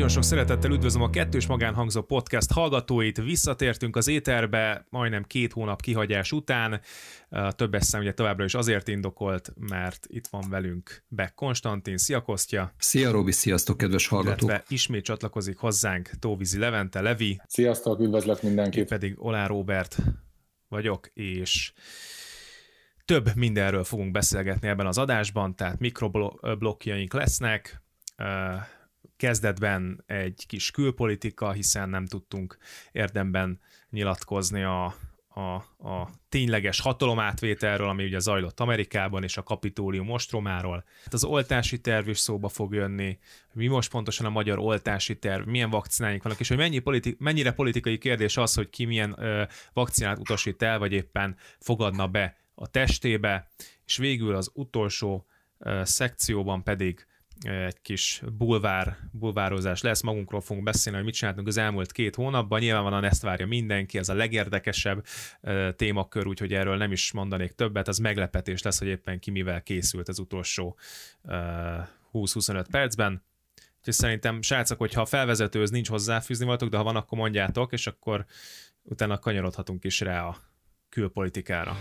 Nagyon sok szeretettel üdvözlöm a Kettős Magánhangzó Podcast hallgatóit. Visszatértünk az éterbe majdnem 2 hónap kihagyás után. Többes szám ugye továbbra is azért indokolt, mert itt van velünk Beck Konstantin. Szia Kostya! Szia Robi, sziasztok kedves hallgatók! Illetve ismét csatlakozik hozzánk Tóvízi Levente, Levi. Sziasztok, üdvözlök mindenkit! Én pedig Olá Róbert vagyok, és több mindenről fogunk beszélgetni ebben az adásban, tehát mikroblokkjaink lesznek. Kezdetben egy kis külpolitika, hiszen nem tudtunk érdemben nyilatkozni a tényleges hatalomátvételről, ami ugye zajlott Amerikában, és a Kapitólium ostromáról. Az oltási terv is szóba fog jönni, mi most pontosan a magyar oltási terv, milyen vakcináink vannak, és hogy mennyire politikai kérdés az, hogy ki milyen vakcinát utasít el, vagy éppen fogadna be a testébe, és végül az utolsó szekcióban pedig egy kis bulvározás lesz, magunkról fogunk beszélni, hogy mit csináltunk az elmúlt 2 hónapban, nyilvánvalóan ezt várja mindenki, ez a legérdekesebb témakör, úgyhogy erről nem is mondanék többet, az meglepetés lesz, hogy éppen ki mivel készült az utolsó 20-25 percben. Úgyhogy szerintem, srácok, hogyha a felvezetőhöz nincs hozzáfűzni voltok, de ha van, akkor mondjátok, és akkor utána kanyarodhatunk is rá a külpolitikára.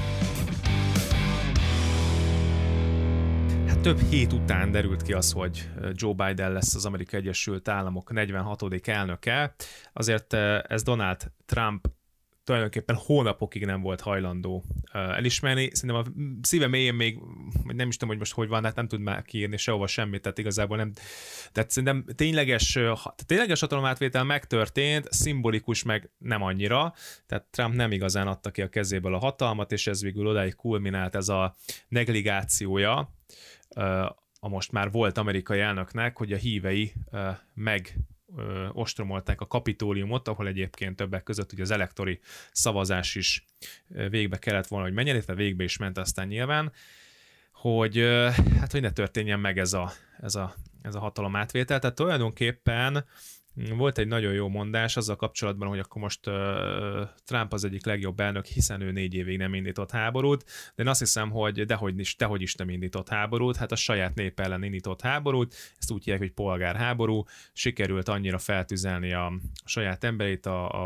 Több hét után derült ki az, hogy Joe Biden lesz az Amerikai Egyesült Államok 46. elnöke. Azért ez Donald Trump tulajdonképpen hónapokig nem volt hajlandó elismerni. Szerintem a szíve mélyén még, nem is tudom, hogy most hogy van, hát nem tud már kiírni sehova semmit, tehát igazából nem. Tehát szerintem tényleges hatalomátvétel megtörtént, szimbolikus meg nem annyira, tehát Trump nem igazán adta ki a kezéből a hatalmat, és ez végül odáig kulminált ez a negligációja a most már volt amerikai elnöknek, hogy a hívei ostromolták a Kapitóliumot, ahol egyébként többek között ugye az elektori szavazás is végbe kellett volna, hogy menjen, illetve végbe is ment aztán nyilván, hogy ne történjen meg ez a hatalomátvétel. Tehát tulajdonképpen volt egy nagyon jó mondás azzal kapcsolatban, hogy akkor most Trump az egyik legjobb elnök, hiszen ő 4 évig nem indított háborút, de én azt hiszem, hogy dehogy is nem indított háborút, hát a saját nép ellen indított háborút, ezt úgy hívják, hogy polgárháború, sikerült annyira feltüzelni a saját emberét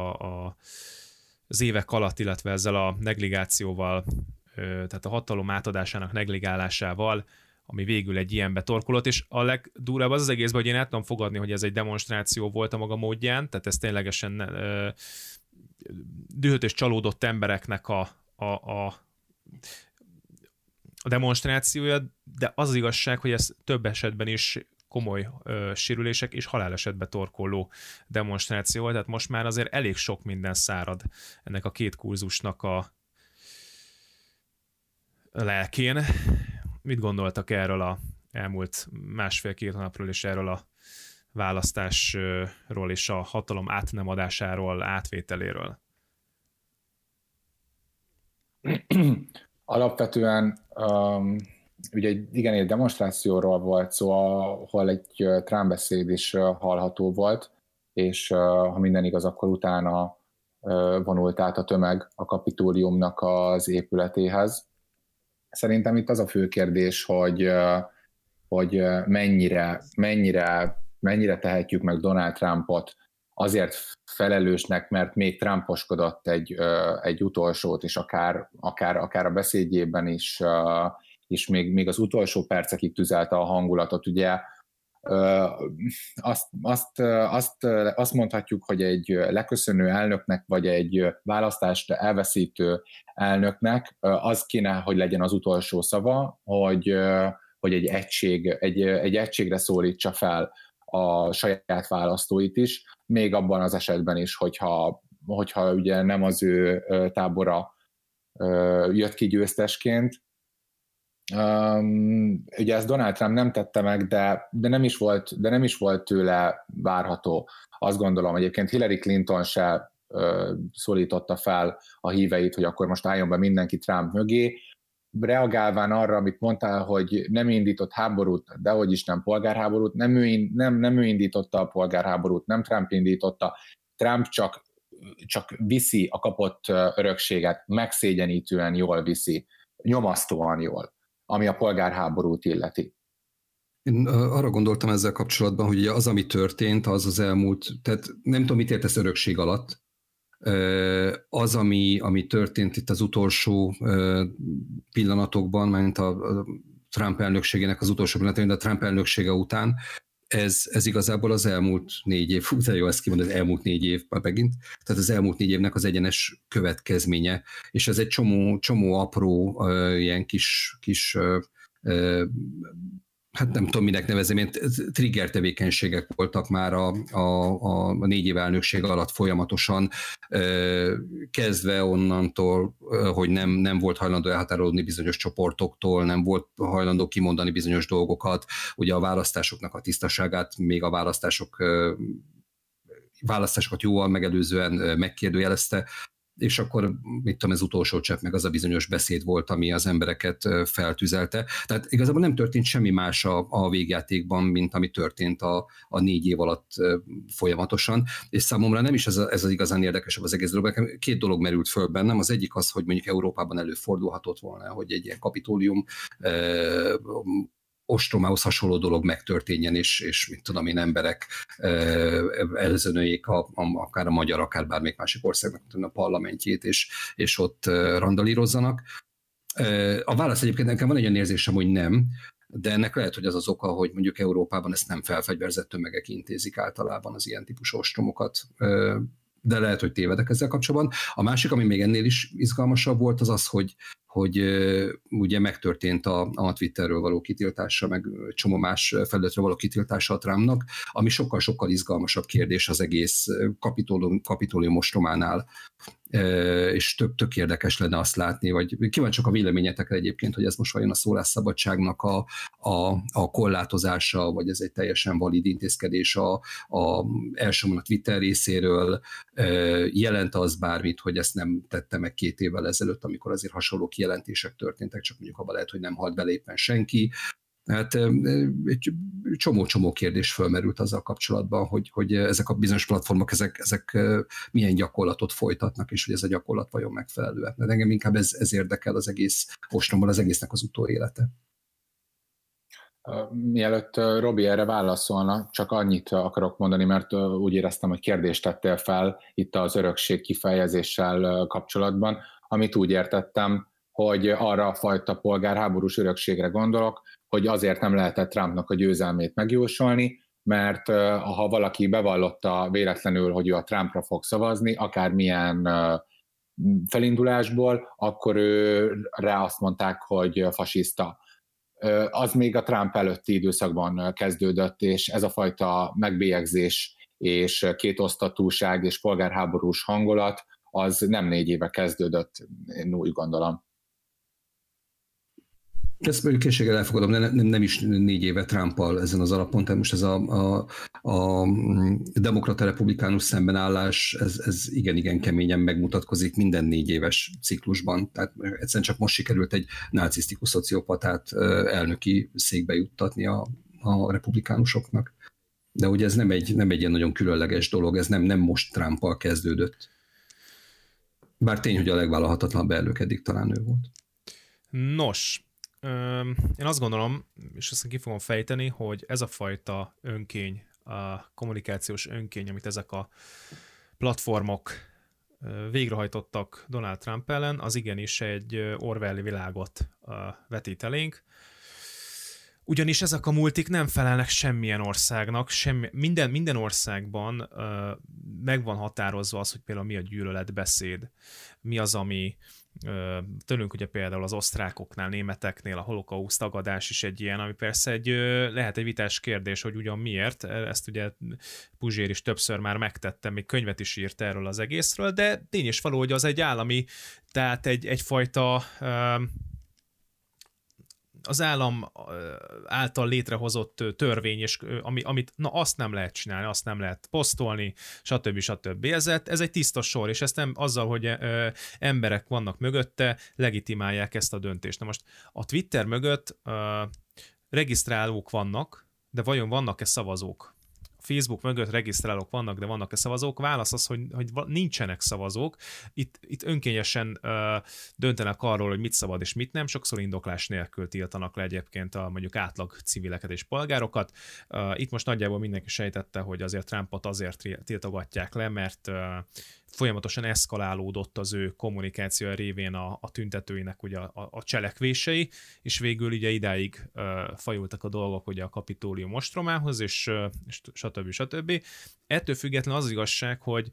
az évek alatt, illetve ezzel a negligációval, tehát a hatalom átadásának negligálásával, ami végül egy ilyenbe torkolott, és a legdurvább az egészben, hogy én el tudom fogadni, hogy ez egy demonstráció volt a maga módján, tehát ez ténylegesen dühött és csalódott embereknek a demonstrációja, de az igazság, hogy ez több esetben is komoly sérülések és halálesetbe torkoló demonstráció volt, tehát most már azért elég sok minden szárad ennek a 2 kurzusnak a lelkén. Mit gondoltak erről a elmúlt 1,5-2 hónapról, és erről a választásról és a hatalom átnemadásáról, átvételéről? Alapvetően ugye egy demonstrációról volt szó, ahol egy Trump beszéd is hallható volt, és ha minden igaz, akkor utána vonult át a tömeg a Kapitóliumnak az épületéhez. Szerintem itt az a fő kérdés, hogy mennyire tehetjük meg Donald Trumpot azért felelősnek, mert még Trumposkodott egy utolsót, és akár a beszédjében is még az utolsó percekig tüzelte a hangulatot. Ugye azt mondhatjuk, hogy egy leköszönő elnöknek, vagy egy választást elveszítő elnöknek az kéne, hogy legyen az utolsó szava, hogy egy egységre szólítsa fel a saját választóit is, még abban az esetben is, hogyha ugye nem az ő tábora jött ki győztesként. Ugye ezt Donald Trump nem tette meg, de nem is volt tőle várható. Azt gondolom, egyébként Hillary Clinton se szólította fel a híveit, hogy akkor most álljon be mindenki Trump mögé, reagálván arra, amit mondtál, hogy nem indított háborút, dehogy is nem polgárháborút, nem ő indította a polgárháborút, nem Trump indította, Trump csak viszi a kapott örökséget, megszégyenítően jól viszi, nyomasztóan jól, ami a polgárháborút illeti. Én arra gondoltam ezzel kapcsolatban, hogy az, ami történt, az elmúlt, tehát nem tudom, mit értesz örökség alatt, az, ami történt itt az utolsó pillanatokban, mint a Trump elnökségének az utolsó pillanatban, de a Trump elnöksége után, ez igazából az elmúlt 4 év, de jó ezt kimondani, az elmúlt 4 év megint, tehát az elmúlt 4 évnek az egyenes következménye, és ez egy csomó apró ilyen kis hát nem tudom, minek nevezem, ilyen trigger tevékenységek voltak már a 4 év elnökség alatt folyamatosan, kezdve onnantól, hogy nem volt hajlandó elhatárolódni bizonyos csoportoktól, nem volt hajlandó kimondani bizonyos dolgokat, ugye a választásoknak a tisztaságát, még a választásokat jóval megelőzően megkérdőjelezte, és akkor, mit tudom, ez utolsó csepp, meg az a bizonyos beszéd volt, ami az embereket feltüzelte. Tehát igazából nem történt semmi más a végjátékban, mint ami történt a 4 év alatt folyamatosan, és számomra nem is ez az igazán érdekesebb az egész dolog. 2 dolog merült föl bennem, az egyik az, hogy mondjuk Európában előfordulhatott volna, hogy egy ilyen kapitólium ostromához hasonló dolog megtörténjen, és mit tudom én, emberek elzönöljék akár a magyar, akár bármelyik másik országnak a parlamentjét, és ott randalírozzanak. A válasz egyébként nekem van egy olyan érzésem, hogy nem, de ennek lehet, hogy az az oka, hogy mondjuk Európában ezt nem felfegyverzett tömegek intézik általában az ilyen típusú ostromokat, de lehet, hogy tévedek ezzel kapcsolatban. A másik, ami még ennél is izgalmasabb volt, az az, hogy ugye megtörtént a Twitterről való kitiltása, meg csomó más felületről való kitiltása a Trumpnak, ami sokkal-sokkal izgalmasabb kérdés az egész kapitólium ostrománál, és tök érdekes lenne azt látni, vagy kíváncsiak a véleményetekre egyébként, hogy ez most vajon a szólásszabadságnak a korlátozása, vagy ez egy teljesen valid intézkedés a elsősorban a Twitter részéről, jelent az bármit, hogy ezt nem tette meg 2 évvel ezelőtt, amikor azért hasonló kijelentések történtek, csak mondjuk abban lehet, hogy nem halt bele éppen senki. Hát egy csomó kérdés fölmerült azzal kapcsolatban, hogy ezek a bizonyos platformok, ezek milyen gyakorlatot folytatnak, és hogy ez a gyakorlat vajon megfelelő. De engem inkább ez érdekel az egész ostromban, az egésznek az utóélete. Mielőtt Robi erre válaszolna, csak annyit akarok mondani, mert úgy éreztem, hogy kérdést tettél fel itt az örökség kifejezéssel kapcsolatban, amit úgy értettem, hogy arra a fajta polgárháborús örökségre gondolok, hogy azért nem lehetett Trumpnak a győzelmét megjósolni, mert ha valaki bevallotta véletlenül, hogy ő a Trumpra fog szavazni, akármilyen felindulásból, akkor őre azt mondták, hogy fasiszta. Az még a Trump előtti időszakban kezdődött, és ez a fajta megbélyegzés és kétosztatúság és polgárháborús hangulat, az nem 4 éve kezdődött, én úgy gondolom. Ezt mondjuk készséggel elfogadom, nem is 4 éve Trumpal ezen az alapon, tehát most ez a demokrata-republikánus szembenállás, ez igen keményen megmutatkozik minden 4 éves ciklusban, tehát egyszerűen csak most sikerült egy narcisztikus szociopatát elnöki székbe juttatni a republikánusoknak. De ugye ez nem egy ilyen nagyon különleges dolog, ez nem most Trumpal kezdődött. Bár tény, hogy a legvállalhatatlanabb elnök eddig talán ő volt. Nos, én azt gondolom, és azt ki fogom fejteni, hogy ez a fajta önkény, a kommunikációs önkény, amit ezek a platformok végrehajtottak Donald Trump ellen, az igenis egy Orwelli világot vetít elénk. Ugyanis ezek a multik nem felelnek semmilyen országnak, minden országban meg van határozva az, hogy például mi a gyűlöletbeszéd, mi az, ami tőlünk ugye például az osztrákoknál, németeknél a holokauszt tagadás is egy ilyen, ami persze lehet egy vitás kérdés, hogy ugyan miért, ezt ugye Puzsér is többször már megtette, még könyvet is írt erről az egészről, de tény és való, hogy az egy állami, tehát egyfajta az állam által létrehozott törvény, és amit azt nem lehet csinálni, azt nem lehet posztolni, stb. Ez egy tiszta sor, és ezt nem azzal, hogy emberek vannak mögötte, legitimálják ezt a döntést. Na most a Twitter mögött regisztrálók vannak, de vajon vannak-e szavazók? Facebook mögött regisztrálók vannak, de vannak-e szavazók? Válasz az, hogy nincsenek szavazók. Itt önkényesen döntenek arról, hogy mit szabad és mit nem, sokszor indoklás nélkül tiltanak le egyébként mondjuk átlag civileket és polgárokat. Itt most nagyjából mindenki sejtette, hogy azért Trumpot azért tiltogatják le, mert folyamatosan eszkalálódott az ő kommunikáció révén a tüntetőinek ugye a cselekvései, és végül ugye idáig fajultak a dolgok ugye a Kapitólium ostromához, és stb. Ettől függetlenül az igazság, hogy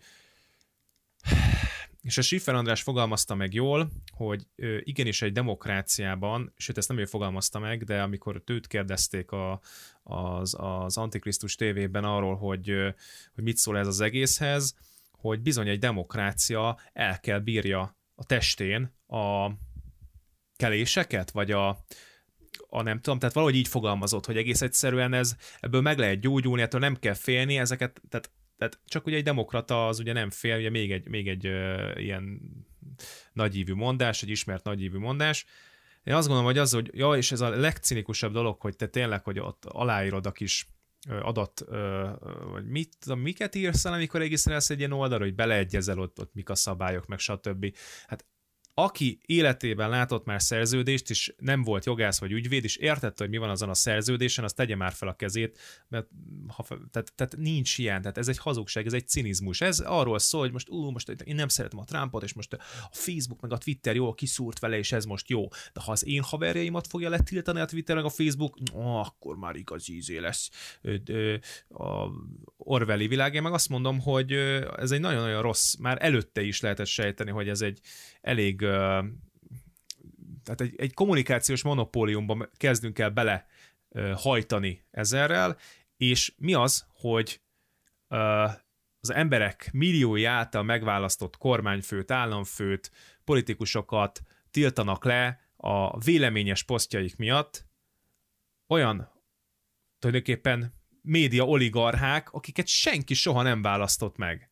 és a Schiffer András fogalmazta meg jól, hogy igenis egy demokráciában, sőt ezt nem ő fogalmazta meg, de amikor őt kérdezték az Antikrisztus tévében arról, hogy mit szól ez az egészhez, hogy bizony egy demokrácia el kell bírja a testén a keléseket, vagy a nem tudom, tehát valahogy így fogalmazott, hogy egész egyszerűen ebből meg lehet gyógyulni, ettől nem kell félni ezeket, tehát csak ugye egy demokrata az ugye nem fél, ugye még egy ilyen nagyívű mondás, egy ismert nagyívű mondás. Én azt gondolom, hogy az, hogy és ez a legcinikusabb dolog, hogy te tényleg, hogy ott aláírod a kis adat, vagy miket írsz el, amikor regisztrálsz egy ilyen oldalra, hogy beleegyezel ott mik a szabályok, meg stb. Hát aki életében látott már szerződést, és nem volt jogász vagy ügyvéd, és értette, hogy mi van azon a szerződésen, az tegye már fel a kezét, mert tehát nincs ilyen, tehát ez egy hazugság, ez egy cinizmus. Ez arról szól, hogy most én nem szeretem a Trumpot, és most a Facebook meg a Twitter jól kiszúrt vele, és ez most jó. De ha az én haverjaimat fogja letiltani a Twitter meg a Facebook, akkor már igaz ízé lesz a Orwelli világ. Én meg azt mondom, hogy ez egy nagyon-nagyon rossz, már előtte is lehetett sejteni, hogy ez egy elég tehát egy kommunikációs monopóliumban kezdünk el bele hajtani ezerrel, és mi az, hogy az emberek milliói által megválasztott kormányfőt, államfőt, politikusokat tiltanak le a véleményes posztjaik miatt olyan tulajdonképpen média oligarchák, akiket senki soha nem választott meg.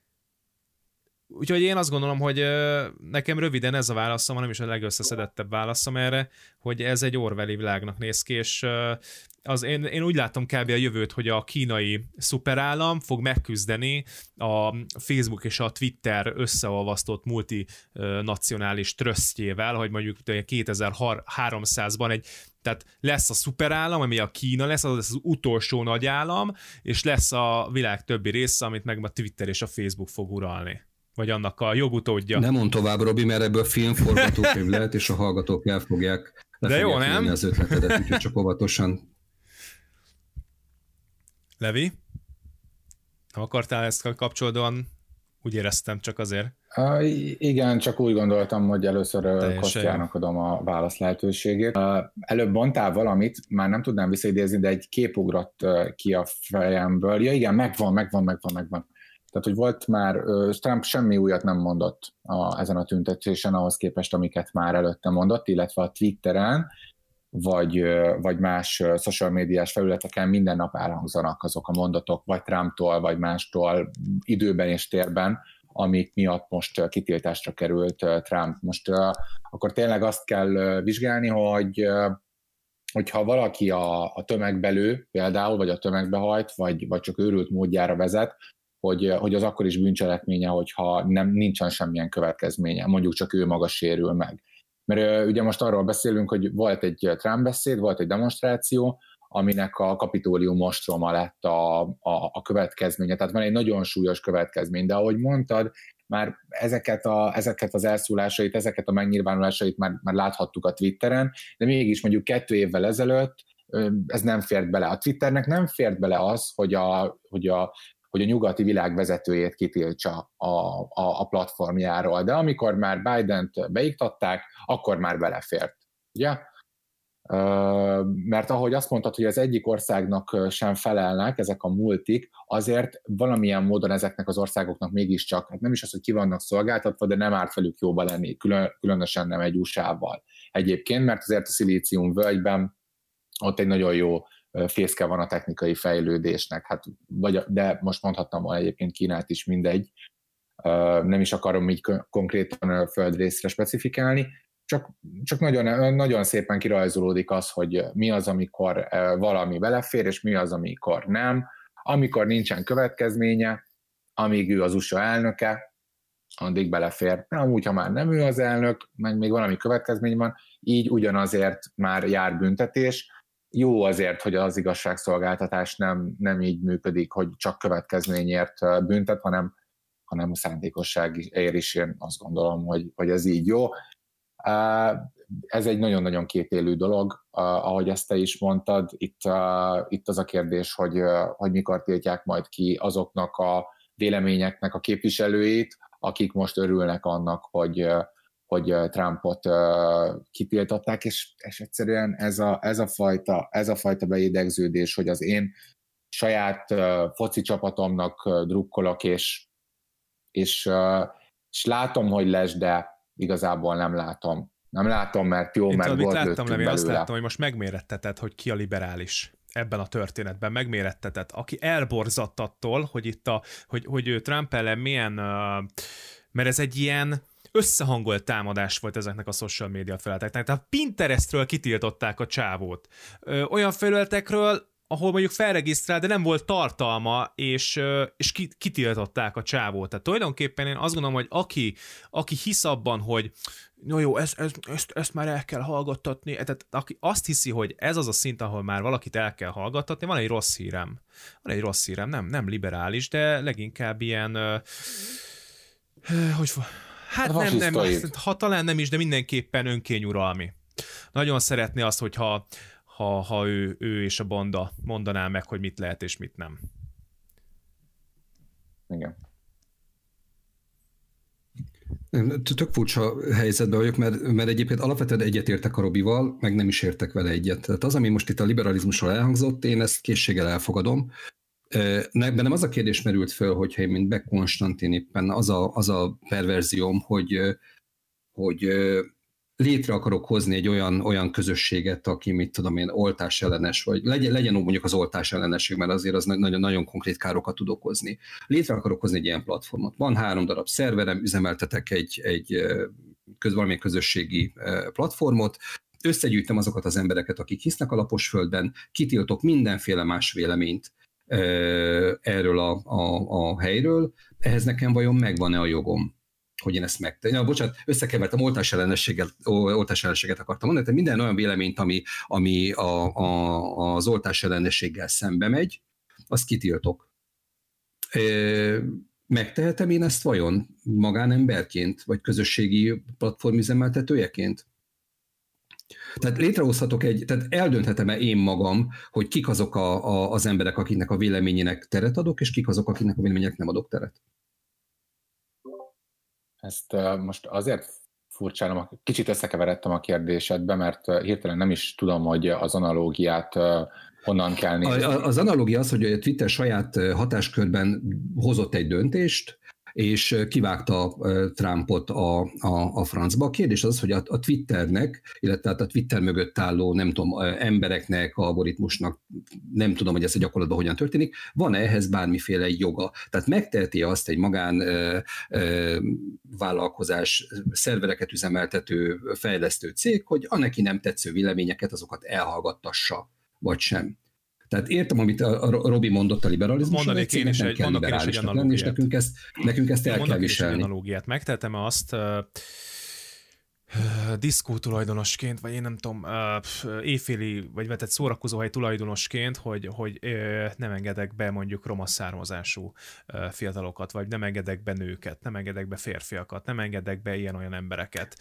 Úgyhogy én azt gondolom, hogy nekem röviden ez a válaszom, hanem is a legösszeszedettebb válaszom erre, hogy ez egy Orwelli világnak néz ki, és én úgy látom kb. A jövőt, hogy a kínai szuperállam fog megküzdeni a Facebook és a Twitter összeolvasztott multinacionális trösztjével, hogy mondjuk 2300-ban tehát lesz a szuperállam, ami a Kína lesz, az az utolsó nagy állam, és lesz a világ többi része, amit meg a Twitter és a Facebook fog uralni. Vagy annak a jogutódja. Nem mond tovább, Robi, mert ebből filmforgatókönyv lehet, és a hallgatók el fogják nem? Az ötletedet, úgyhogy csak óvatosan. Levi? Nem akartál ezt kapcsolódóan? Úgy éreztem, csak azért. Igen, csak úgy gondoltam, hogy először Kostjának adom a válasz lehetőségét. Előbb mondtál valamit, már nem tudnám visszaidézni, de egy kép ugrott ki a fejemből. Ja igen, megvan. Tehát, hogy volt már, Trump semmi újat nem mondott ezen a tüntetésen ahhoz képest, amiket már előtte mondott, illetve a Twitteren, vagy más social médiás felületeken minden nap elhangzanak azok a mondatok, vagy Trumptól, vagy mástól időben és térben, amik miatt most kitiltásra került Trump. Most akkor tényleg azt kell vizsgálni, hogyha valaki a tömegbe lő, például, vagy a tömegbe hajt, vagy csak őrült módjára vezet, hogy az akkor is bűncselekménye, hogyha nincsen semmilyen következménye, mondjuk csak ő maga sérül meg. Mert ugye most arról beszélünk, hogy volt egy Trump beszéd, volt egy demonstráció, aminek a Kapitólium ostroma lett a következménye. Tehát van egy nagyon súlyos következmény, de ahogy mondtad, már ezeket az elszólásait, ezeket a megnyilvánulásait már láthattuk a Twitteren, de mégis mondjuk 2 évvel ezelőtt ez nem fért bele. A Twitternek nem fért bele az, hogy a nyugati világ vezetőjét kitiltsa a platformjáról. De amikor már Bident beiktatták, akkor már belefért. Ugye? Mert ahogy azt mondtad, hogy az egyik országnak sem felelnek ezek a multik, azért valamilyen módon ezeknek az országoknak mégiscsak, hát nem is az, hogy ki vannak szolgáltatva, de nem árt velük jóba lenni, különösen nem egy USA-val. Egyébként, mert azért a Szilícium völgyben ott egy nagyon jó fészke van a technikai fejlődésnek, hát, de most mondhattam volna egyébként Kínát is, mindegy, nem is akarom így konkrétan földrészre specifikálni, csak nagyon, nagyon szépen kirajzolódik az, hogy mi az, amikor valami belefér, és mi az, amikor nem. amikor nincsen következménye, amíg ő az USA elnöke, addig belefér. Amúgy, ha már nem ő az elnök, meg még valami következmény van, így ugyanazért már jár büntetés. Jó azért, hogy az igazságszolgáltatás nem így működik, hogy csak következményért büntet, hanem a szándékosságért is, én azt gondolom, hogy ez így jó. Ez egy nagyon-nagyon kétélű dolog, ahogy ezt te is mondtad. Itt az a kérdés, hogy mikor tiltják majd ki azoknak a véleményeknek a képviselőit, akik most örülnek annak, hogy Trumpot kitiltották, és egyszerűen ez a fajta beidegződés, hogy az én saját foci csapatomnak drukkolok, és látom, hogy lesz, de igazából nem látom. Nem látom, mert jó, mert gólt lőttünk belőle. Levi, azt láttam, hogy most megméretteted, hogy ki a liberális ebben a történetben, megméretteted, aki elborzadt attól, hogy itt hogy Trump ellen milyen, mert ez egy ilyen összehangolt támadás volt ezeknek a social media felületeknek. Tehát Pinterestről kitiltották a csávót. Olyan felületekről, ahol mondjuk felregisztrál, de nem volt tartalma, és kitiltották a csávót. Tehát tulajdonképpen én azt gondolom, hogy aki hisz abban, hogy jó, ezt már el kell hallgattatni, tehát aki azt hiszi, hogy ez az a szint, ahol már valakit el kell hallgattatni, van egy rossz hírem. Nem liberális, de leginkább ilyen hát nem, ha talán nem is, de mindenképpen önkényuralmi. Nagyon szeretné azt, hogyha ő és a banda mondaná meg, hogy mit lehet és mit nem. Igen. Tök furcsa helyzetben vagyok, mert egyébként alapvetően egyetértek a Robival, meg nem is értek vele egyet. Tehát az, ami most itt a liberalizmusról elhangzott, én ezt készséggel elfogadom. Bennem az a kérdés merült föl, hogyha én, mint Beck Konstantin éppen az a perverzióm, hogy létre akarok hozni egy olyan közösséget, aki, mit tudom én, oltás ellenes, vagy legyen mondjuk az oltás ellenesség, mert azért az nagyon, nagyon konkrét károkat tud okozni. Létre akarok hozni egy ilyen platformot. Van 3 darab szerverem, üzemeltetek valamilyen közösségi platformot, összegyűjtöm azokat az embereket, akik hisznek a lapos földben, kitiltok mindenféle más véleményt erről a helyről. Ehhez nekem vajon megvan-e a jogom, hogy én ezt megtegyem? Bocsánat, összekevertem, oltás ellenességet akartam mondani, tehát minden olyan véleményt, ami az oltás ellenességgel szembe megy, azt kitiltok. Megtehetem én ezt vajon magánemberként, vagy közösségi platformüzemeltetőjeként? Tehát létrehozhatok tehát eldönthetem-e én magam, hogy kik azok az emberek, akiknek a véleményének teret adok, és kik azok, akiknek a véleményének nem adok teret? Ezt most azért furcsálom, kicsit összekeveredtem a kérdésedbe, mert hirtelen nem is tudom, hogy az analógiát honnan kell nézni. Az analógia az, hogy a Twitter saját hatáskörben hozott egy döntést, és kivágta Trumpot a francba. A kérdés az, hogy a Twitternek, illetve a Twitter mögött álló, nem tudom, embereknek, algoritmusnak, nem tudom, hogy ez a gyakorlatban hogyan történik, van-e ehhez bármiféle joga? Tehát megteheti azt egy vállalkozás, szervereket üzemeltető, fejlesztő cég, hogy a neki nem tetsző véleményeket, azokat elhallgattassa, vagy sem. Tehát értem, amit a Robi mondott a liberalizmusról, egy cégnek nem kell liberálisnak lenni, és nekünk ezt el kell viselni. Analógiát. Megtehetem azt diszkó tulajdonosként, vagy én nem tudom, éjféli, vagy vetett szórakozóhely tulajdonosként, hogy nem engedek be mondjuk roma származású fiatalokat, vagy nem engedek be nőket, nem engedek be férfiakat, nem engedek be ilyen-olyan embereket.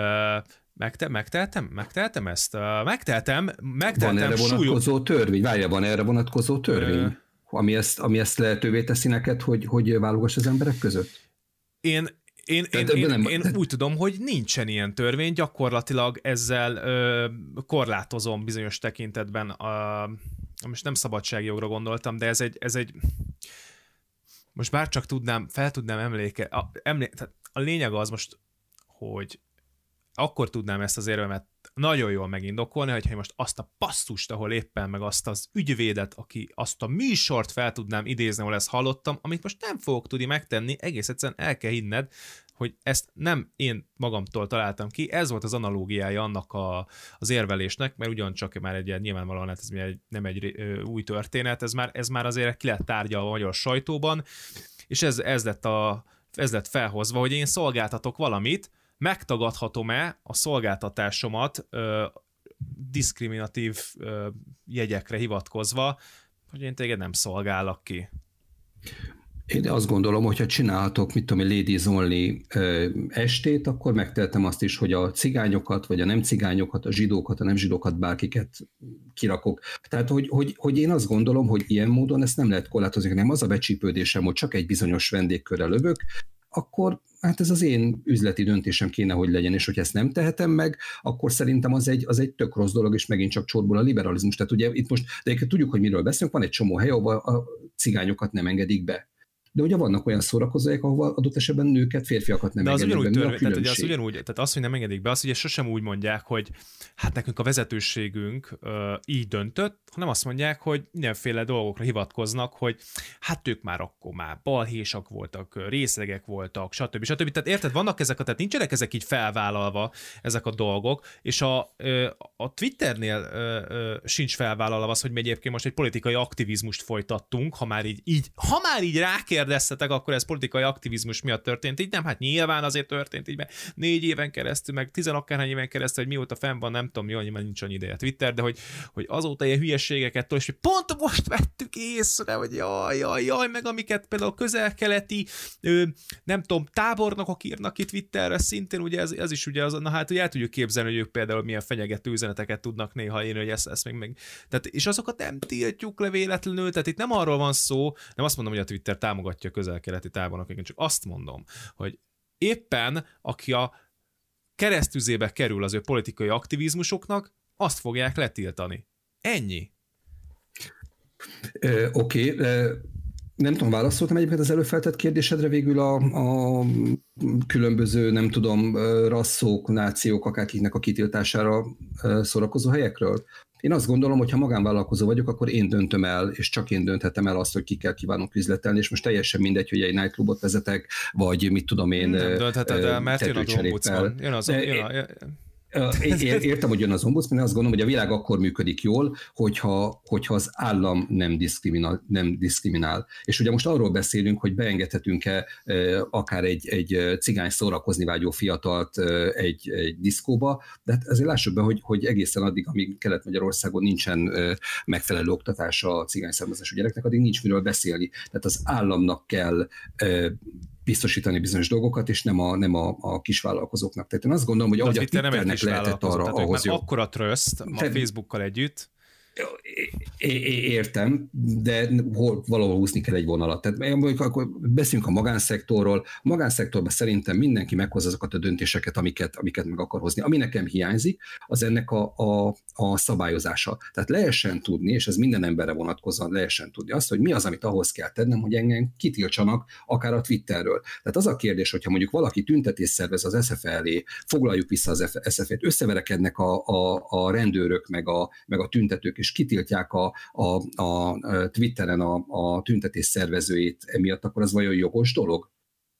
Megtehetem ezt? Megtehetem van erre vonatkozó törvény? Várja, van erre vonatkozó törvény? Ami ezt lehetővé teszi neked, hogy válogass az emberek között? Én úgy tudom, hogy nincsen ilyen törvény, gyakorlatilag ezzel korlátozom bizonyos tekintetben, most nem szabadságjogra gondoltam, de ez egy most bár csak fel tudnám tehát a lényeg az most, hogy akkor tudnám ezt az érvemet nagyon jól megindokolni, hogyha most azt a passzust, ahol éppen meg azt az ügyvédet, aki azt a műsort fel tudnám idézni, ahol ezt hallottam, amit most nem fogok tudni megtenni, egész egyszerűen el kell hinned, hogy ezt nem én magamtól találtam ki, ez volt az analógiája annak az érvelésnek, mert ugyancsak már nyilvánvalóan ez nem egy új történet, ez már azért ki lett tárgyalva a magyar sajtóban, és ez lett felhozva, hogy én szolgáltatok valamit, megtagadhatom-e a szolgáltatásomat diszkriminatív jegyekre hivatkozva, hogy én téged nem szolgállak ki. Én azt gondolom, hogyha csinálhatok, mit tudom, Ladies Only estét, akkor megteltem azt is, hogy a cigányokat, vagy a nem cigányokat, a zsidókat, a nem zsidókat, bárkiket kirakok. Tehát, hogy én azt gondolom, hogy ilyen módon ezt nem lehet korlátozni, hanem az a becsípődésem, hogy csak egy bizonyos vendégkörre lövök, akkor hát ez az én üzleti döntésem kéne, hogy legyen, és hogy ezt nem tehetem meg, akkor szerintem az egy tök rossz dolog, és megint csak csorból a liberalizmus. Tehát ugye itt most, de tudjuk, hogy miről beszélünk, van egy csomó hely, ahol a cigányokat nem engedik be. De ugye vannak olyan szórakozók, ahol adott esetben nőket, férfiakat nem engedik be. Tehát az, hogy nem engedik be, az ugye sosem úgy mondják, hogy hát nekünk a vezetőségünk így döntött, hanem azt mondják, hogy mindenféle dolgokra hivatkoznak, hogy hát ők már akkor már balhésak voltak, részegek voltak, stb. Tehát érted, vannak ezek, tehát nincsenek ezek így felvállalva, ezek a dolgok, és a Twitternél sincs felvállalva az, hogy mi egyébként most egy politikai aktivizmust folytattunk, ha már így rákérdeztetek, akkor ez politikai aktivizmus miatt történt így, nem, hát nyilván azért történt így, mert 4 éven keresztül, meg 10 akárhány éven keresztül, hogy mióta fenn van, nem tudom, jó, nyilván nincs annyi ideje Twitter, de hogy azóta ilyen hülyeségeket, és pont most vettük észre, hogy jaj, meg amiket például közel-keleti, nem tudom, tábornokok írnak itt Twitterre, szintén ugye ez is ugye az, na hát ugye el tudjuk képzelni, hogy ők például milyen fenyegető üzeneteket tudnak néha írni, hogy ezt még. Tehát, és azokat nem tiltjuk le véletlenül, tehát itt nem arról van szó, nem azt mondom, hogy a Twitter támogatja a közel-keleti tábornokokat, csak azt mondom, hogy éppen aki a keresztüzébe kerül az ő politikai aktivizmusoknak, azt fogják letiltani. Ennyi. Oké. Nem tudom, válaszoltam egyébként az előfeltett kérdésedre végül a különböző, nem tudom, rasszok, nációk, akárkiknek a kitiltására szórakozó helyekről? Én azt gondolom, hogy ha magánvállalkozó vagyok, akkor én döntöm el, és csak én dönthetem el azt, hogy kikkel kívánok üzletelni, és most teljesen mindegy, hogy egy nightclubot vezetek, vagy mit tudom én. Nem döntheted el, mert jön az ombudsman. Értem, hogy jön az ombudsman, azt gondolom, hogy a világ akkor működik jól, hogyha az állam nem diszkriminál. És ugye most arról beszélünk, hogy beengedhetünk-e akár egy cigány szórakozni vágyó fiatalt egy diszkóba, de hát azért lássuk be, hogy egészen addig, amíg Kelet-Magyarországon nincsen megfelelő oktatás a cigány származású gyereknek, addig nincs miről beszélni. Tehát az államnak kell biztosítani bizonyos dolgokat, és nem a kisvállalkozókok. Tehát én azt gondolom, hogy ahogy a Twitternek lehetett arra, ahhoz jó. Akkora tröszt a Facebookkal együtt. Értem, de valahol húzni kell egy vonalat. Tehát akkor beszéljünk a magánszektorról. A magánszektorban szerintem mindenki meghozza azokat a döntéseket, amiket meg akar hozni. Ami nekem hiányzik, az ennek a szabályozása. Tehát lehessen tudni, és ez minden emberre vonatkozóan lehessen tudni azt, hogy mi az, amit ahhoz kell tennem, hogy engem kitiltsanak akár a Twitterről. Tehát az a kérdés, hogyha mondjuk valaki tüntetést szervez az SZF elé, foglaljuk vissza az SZF-et, összeverekednek a rendőrök, meg a tüntetők, és kitiltják a Twitteren a tüntetés szervezőjét emiatt, akkor az vajon jogos dolog?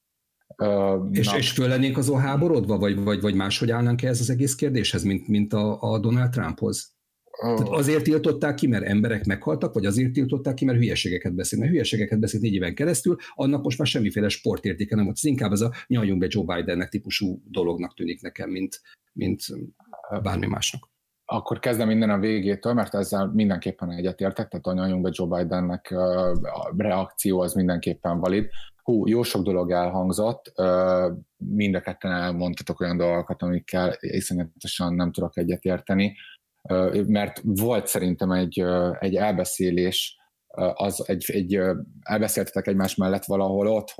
És föl lennénk azon háborodva, vagy máshogy állnánk ez az egész kérdéshez, mint a Donald Trumphoz? Tehát azért tiltották ki, mert emberek meghaltak, vagy azért tiltották ki, mert hülyeségeket beszél. Mert hülyeségeket beszélt 4 éven keresztül, annak most már semmiféle sportértéke nem volt. Ez inkább ez a nyaljunk be Joe Bidennek típusú dolognak tűnik nekem, mint bármi másnak. Akkor kezdem minden a végétől, mert ezzel mindenképpen egyetértek, tehát a nyaljunk be Joe Bidennek a reakció az mindenképpen valid. Jó sok dolog elhangzott, mind a ketten elmondtatok olyan dolgokat, amikkel iszonyatosan nem tudok egyetérteni, mert volt szerintem egy elbeszélés, elbeszéltetek egymás mellett valahol ott,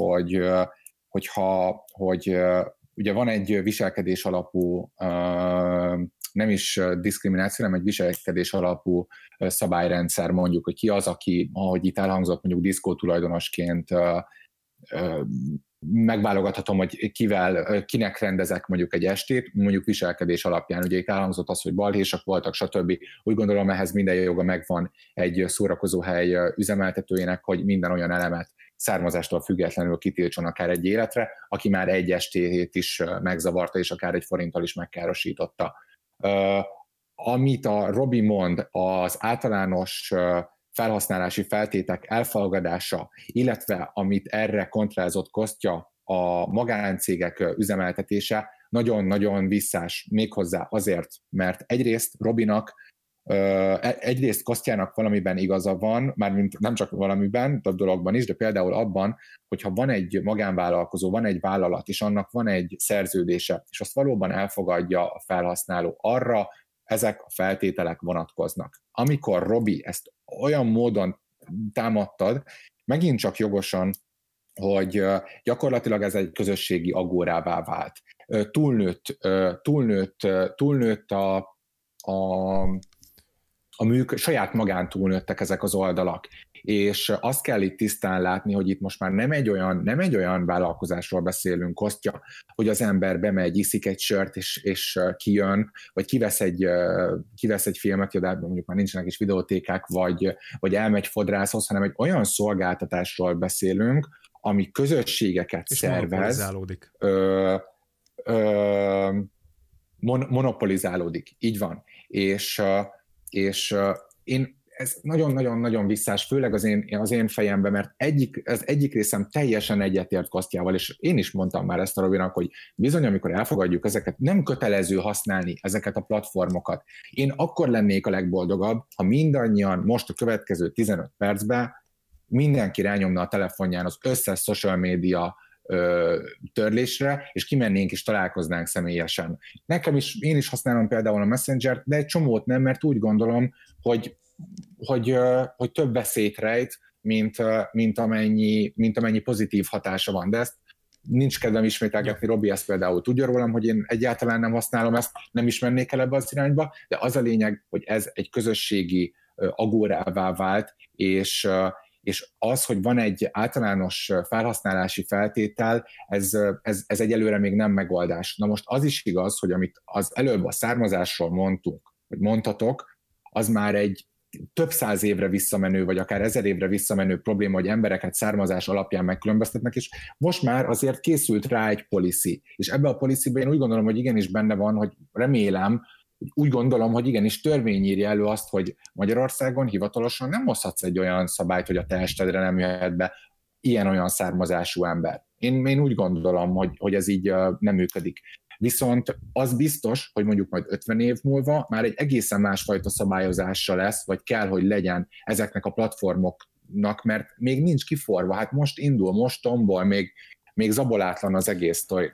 hogy ugye van egy viselkedés alapú, nem is diszkrimináció, hanem egy viselkedés alapú szabályrendszer, mondjuk, hogy ki az, aki, ahogy itt elhangzott, mondjuk diszkó tulajdonosként megválogathatom, hogy kinek rendezek mondjuk egy estét, mondjuk viselkedés alapján. Ugye itt elhangzott az, hogy balhésak voltak, stb. Úgy gondolom, ehhez minden joga megvan egy szórakozóhely üzemeltetőjének, hogy minden olyan elemet származástól függetlenül kitiltson akár egy életre, aki már egy estét is megzavarta, és akár egy forinttal is megkárosította. Amit a Robi mond, az általános felhasználási feltétek elfogadása, illetve amit erre kontrázott Kostya, a magáncégek üzemeltetése nagyon-nagyon visszás, méghozzá azért, mert egyrészt Robinak, egyrészt Kosztjának valamiben igaza van, mármint nem csak valamiben, több dologban is, de például abban, hogyha van egy magánvállalkozó, van egy vállalat, és annak van egy szerződése, és azt valóban elfogadja a felhasználó, arra ezek a feltételek vonatkoznak. Amikor Robi ezt olyan módon támadtad, megint csak jogosan, hogy gyakorlatilag ez egy közösségi agórává vált. Túlnőtt saját magán túlnőttek ezek az oldalak. És azt kell itt tisztán látni, hogy itt most már nem egy olyan vállalkozásról beszélünk, Kostya, hogy az ember bemegy, iszik egy sört, és kijön, vagy kivesz egy filmet, de mondjuk már nincsenek is videótékák, vagy elmegy fodrászhoz, hanem egy olyan szolgáltatásról beszélünk, ami közösségeket és szervez. Monopolizálódik. Így van. És ez nagyon-nagyon-nagyon visszás, főleg az én fejemben, mert az egyik részem teljesen egyetért Kostjával, és én is mondtam már ezt a Robinak, hogy bizony, amikor elfogadjuk ezeket, nem kötelező használni ezeket a platformokat. Én akkor lennék a legboldogabb, ha mindannyian most a következő 15 percben mindenki rányomna a telefonján az összes social média törlésre, és kimennénk és találkoznánk személyesen. Én is használom például a Messenger-t, de egy csomót nem, mert úgy gondolom, hogy több veszélyt rejt, mint amennyi pozitív hatása van. De ezt nincs kedvem ismételgetni, Robi ezt például tudja rólam, hogy én egyáltalán nem használom ezt, nem is mennék el ebbe az irányba, de az a lényeg, hogy ez egy közösségi agórává vált, és az, hogy van egy általános felhasználási feltétel, ez egyelőre még nem megoldás. Na most az is igaz, hogy amit az előbb a származásról mondtunk, vagy mondhatok, az már egy több száz évre visszamenő, vagy akár 1000 évre visszamenő probléma, hogy embereket származás alapján megkülönböztetnek, és most már azért készült rá egy policy. És ebbe a policyben én úgy gondolom, hogy igenis benne van, hogy remélem, úgy gondolom, hogy igenis törvény írja elő azt, hogy Magyarországon hivatalosan nem hozhatsz egy olyan szabályt, hogy a te estedre nem jöhet be ilyen-olyan származású ember. Én úgy gondolom, hogy ez így nem működik. Viszont az biztos, hogy mondjuk majd 50 év múlva már egy egészen másfajta szabályozása lesz, vagy kell, hogy legyen ezeknek a platformoknak, mert még nincs kiforva. Hát most indul, most tombol, még zabolátlan az egész sztori.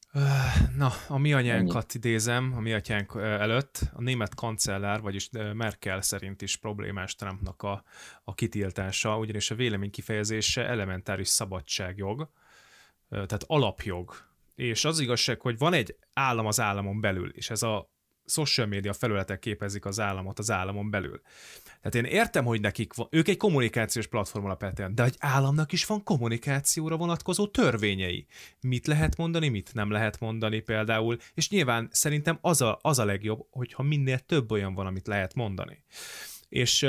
Na, a mi anyánkat idézem, a mi atyánk előtt, a német kancellár, vagyis Merkel szerint is problémás Trumpnak a kitiltása, ugyanis a vélemény kifejezése elementáris szabadságjog, tehát alapjog. És az igazság, hogy van egy állam az államon belül, és ez a social media felületek képezik az államot az államon belül. Tehát én értem, hogy nekik van, ők egy kommunikációs platform alapvetően, de egy államnak is van kommunikációra vonatkozó törvényei. Mit lehet mondani, mit nem lehet mondani például, és nyilván szerintem az a legjobb, hogyha minél több olyan van, amit lehet mondani. És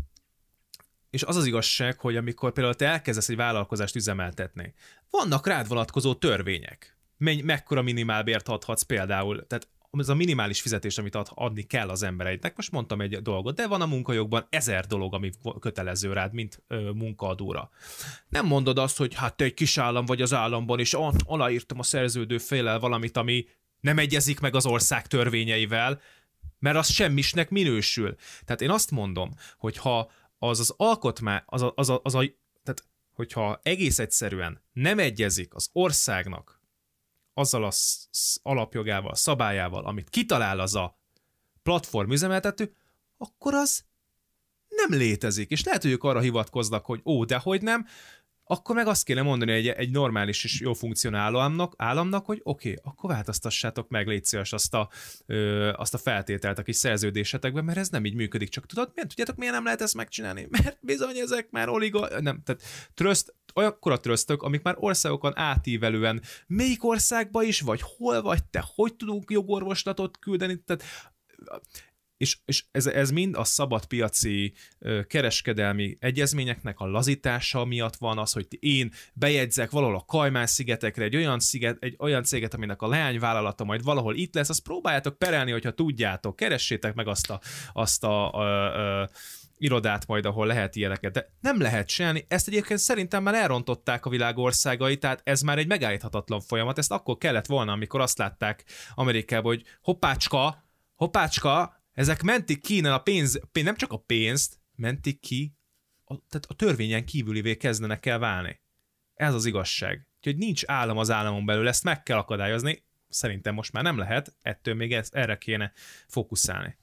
az az igazság, hogy amikor például te elkezdesz egy vállalkozást üzemeltetni, vannak rád vonatkozó törvények. Mekkora minimálbért adhatsz például, tehát ez a minimális fizetés, amit adni kell az embereidnek. Most mondtam egy dolgot, de van a munkajogban 1000 dolog, ami kötelező rád, mint munkaadóra. Nem mondod azt, hogy hát te egy kis állam vagy az államban, és aláírtam a szerződő féllel valamit, ami nem egyezik meg az ország törvényeivel, mert az semmisnek minősül. Tehát én azt mondom, hogy ha az alkotmány, tehát hogyha egész egyszerűen nem egyezik az országnak azzal az alapjogával, szabályával, amit kitalál az a platform üzemeltető, akkor az nem létezik. És lehet, hogy ők arra hivatkoznak, hogy dehogy nem, akkor meg azt kéne mondani egy normális és jó funkcionáló államnak, hogy oké, akkor változtassátok meg, légy szíves azt a feltételt a kis szerződésetekben, mert ez nem így működik. Csak tudjátok, miért nem lehet ezt megcsinálni? Mert bizony ezek már tehát olyankor a trösztök, amik már országokon átívelően melyik országba is, vagy hol vagy te, hogy tudunk jogorvoslatot küldeni, tehát és ez mind a szabadpiaci kereskedelmi egyezményeknek a lazítása miatt van az, hogy én bejegyzek valahol a Kajmán-szigetekre egy olyan céget, aminek a leányvállalata majd valahol itt lesz, azt próbáljátok perelni, hogyha tudjátok, keressétek meg azt a irodát majd, ahol lehet ilyeneket, de nem lehet csinálni. Ezt egyébként szerintem már elrontották a világ országai, tehát ez már egy megállíthatatlan folyamat. Ezt akkor kellett volna, amikor azt látták Amerikában, hogy hoppácska, ezek mentik ki innen a pénz, nem csak a pénzt, mentik ki, tehát a törvényen kívülivé kezdenek el válni. Ez az igazság. Úgyhogy nincs állam az államon belül, ezt meg kell akadályozni. Szerintem most már nem lehet, ettől még erre kéne fókuszálni.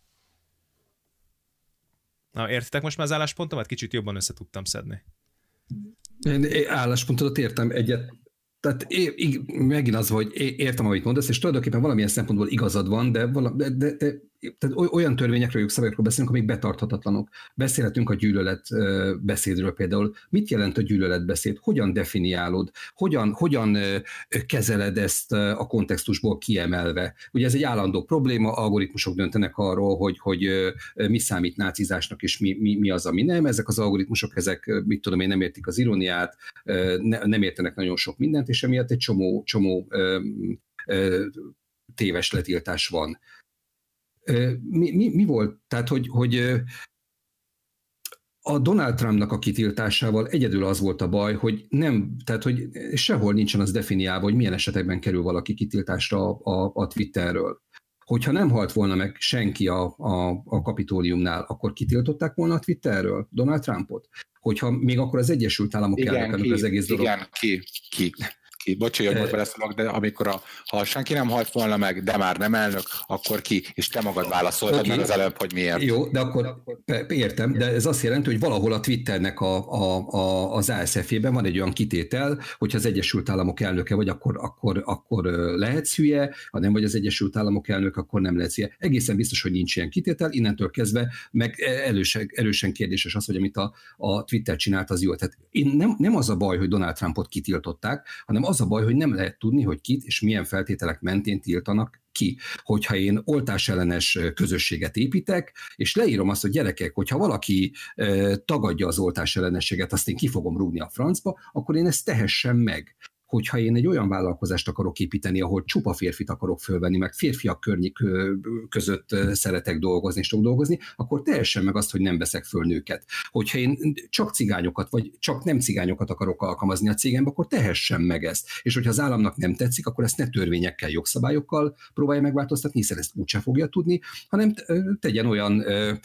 Na, értitek most már az álláspontomat? Kicsit jobban össze tudtam szedni. Álláspontodat értem egyet. Tehát megint az, hogy értem, amit mondasz, és tulajdonképpen valamilyen szempontból igazad van, de tehát olyan törvényekről, jogszabályokról beszélünk, amik betarthatatlanok. Beszélhetünk a gyűlöletbeszédről például. Mit jelent a gyűlöletbeszéd? Hogyan definiálod? Hogyan kezeled ezt a kontextusból kiemelve? Ugye ez egy állandó probléma, algoritmusok döntenek arról, hogy mi számít nácizásnak, és mi az, ami nem. Ezek az algoritmusok, mit tudom én, nem értik az iróniát, nem értenek nagyon sok mindent, és emiatt egy csomó téves letiltás van. Mi volt? Tehát, hogy a Donald Trumpnak a kitiltásával egyedül az volt a baj, hogy hogy sehol nincsen az definiálva, hogy milyen esetekben kerül valaki kitiltásra a Twitterről. Hogyha nem halt volna meg senki a Kapitóliumnál, akkor kitiltották volna a Twitterről Donald Trumpot? Hogyha még akkor az Egyesült Államok elnök az egész dolog. Igen, ki. Bocsi, hogy most beleszólok, de amikor ha senki nem halt volna meg, de már nem elnök, akkor ki? És te magad válaszoltad meg az előbb, hogy miért. Jó, de akkor értem, de ez azt jelenti, hogy valahol a Twitternek az ASF-ében van egy olyan kitétel, hogyha az Egyesült Államok elnöke vagy, akkor lehetsz hülye, ha nem vagy az Egyesült Államok elnök, akkor nem lehetsz hülye. Egészen biztos, hogy nincs ilyen kitétel, innentől kezdve meg erősen kérdéses az, hogy amit a Twitter csinált, az jó. Tehát nem az a baj, hogy Donald Trumpot kitiltották, hanem az a baj, hogy nem lehet tudni, hogy kit és milyen feltételek mentén tiltanak ki. Hogyha én oltásellenes közösséget építek, és leírom azt, hogy gyerekek, hogyha valaki tagadja az oltásellenességet, azt én ki fogom rúgni a francba, akkor én ezt tehessem meg. Hogyha én egy olyan vállalkozást akarok építeni, ahol csupa férfit akarok fölvenni, meg férfiak között szeretek dolgozni, és tudok dolgozni, akkor teljesen meg azt, hogy nem veszek föl nőket. Hogyha én csak cigányokat, vagy csak nem cigányokat akarok alkalmazni a cégembe, akkor tehessen meg ezt. És hogyha az államnak nem tetszik, akkor ezt ne törvényekkel, jogszabályokkal próbálja megváltoztatni, hiszen ezt úgyse fogja tudni, hanem tegyen olyan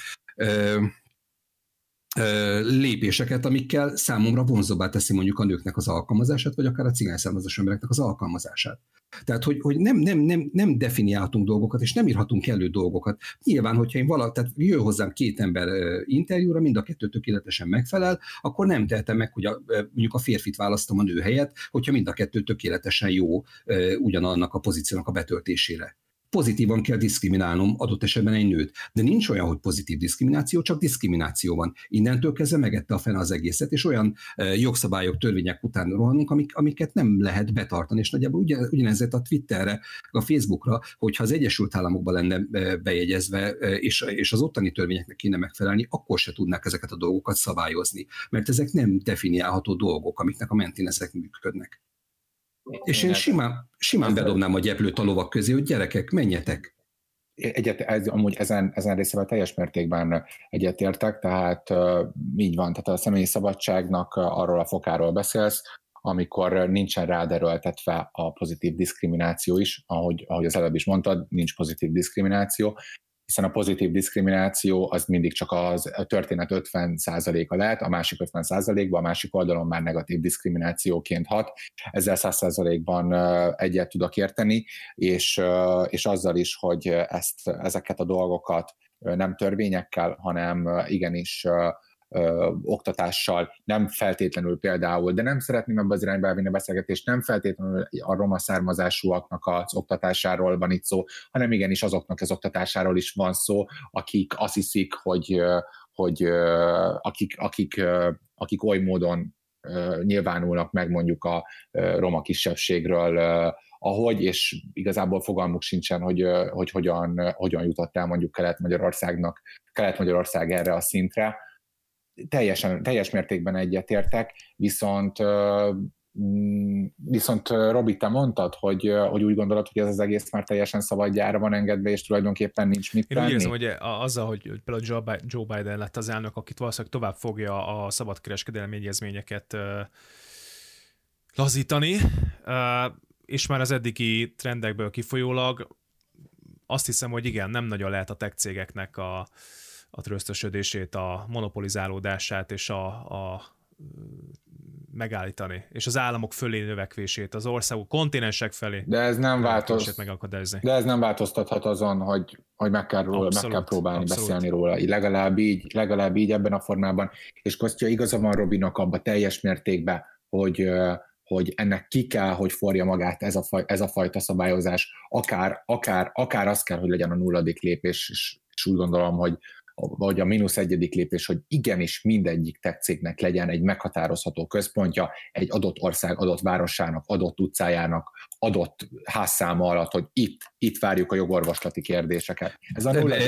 lépéseket, amikkel számomra vonzóbbá teszi mondjuk a nőknek az alkalmazását, vagy akár a cigány származású embereknek az alkalmazását. Tehát, hogy nem definiálhatunk dolgokat, és nem írhatunk elő dolgokat. Nyilván, hogyha én tehát jön hozzám két ember interjúra, mind a kettő tökéletesen megfelel, akkor nem tehetem meg, hogy mondjuk a férfit választom a nő helyett, hogyha mind a kettő tökéletesen jó ugyanannak a pozíciónak a betöltésére. Pozitívan kell diszkriminálnom adott esetben egy nőt. De nincs olyan, hogy pozitív diszkrimináció, csak diszkrimináció van. Innentől kezdve megette a fene az egészet, és olyan jogszabályok, törvények után rohanunk, amiket nem lehet betartani. És nagyjából ugyanezért a Twitterre, a Facebookra, hogyha az Egyesült Államokban lenne bejegyezve, és az ottani törvényeknek kéne megfelelni, akkor se tudnák ezeket a dolgokat szabályozni. Mert ezek nem definiálható dolgok, amiknek a mentén ezek működnek. És én simán bedobnám a gyeplőt a lovak közé, hogy gyerekek, menjetek. Amúgy ezen részével teljes mértékben egyetértek, tehát így van, tehát a személyi szabadságnak arról a fokáról beszélsz, amikor nincsen rád erőltetve a pozitív diszkrimináció is, ahogy az előbb is mondtad, nincs pozitív diszkrimináció, hiszen a pozitív diszkrimináció az mindig csak a történet 50%-a lehet, a másik 50%-ban, a másik oldalon már negatív diszkriminációként hat. Ezzel 100%-ban egyet tudok érteni, és azzal is, hogy ezeket a dolgokat nem törvényekkel, hanem igenis oktatással, nem feltétlenül például, de nem szeretném ebbe az irányba elvinni a beszélgetést, nem feltétlenül a roma származásúaknak az oktatásáról van itt szó, hanem igenis azoknak az oktatásáról is van szó, akik azt hiszik, hogy akik oly módon nyilvánulnak meg mondjuk a roma kisebbségről ahogy, és igazából fogalmuk sincsen, hogy hogyan jutott el mondjuk Kelet-Magyarország erre a szintre. Teljes mértékben egyetértek, viszont Robi, te mondtad, hogy úgy gondolod, hogy ez az egész már teljesen szabadjára van engedve, és tulajdonképpen nincs mit tenni? Én úgy érzem, hogy azzal, hogy például Joe Biden lett az elnök, akit valószínűleg tovább fogja a szabadkereskedelmi egyezményeket lazítani, és már az eddigi trendekből kifolyólag azt hiszem, hogy igen, nem nagyon lehet a tech cégeknek a trösztösödését, a monopolizálódását és a megállítani, és az államok fölé növekvését, az országok, kontinensek felé. De ez nem változtathat azon, hogy meg kell próbálni beszélni róla. Legalább így ebben a formában. És Kostya, igaza van Robinak abban teljes mértékben, hogy ennek ki kell, hogy forja magát ez a fajta szabályozás. Akár az kell, hogy legyen a 0. lépés, és úgy gondolom, vagy a -1. lépés, hogy igenis mindegyik tech cégnek legyen egy meghatározható központja egy adott ország, adott városának, adott utcájának, adott házszáma alatt, hogy itt várjuk a jogorvoslati kérdéseket. Ez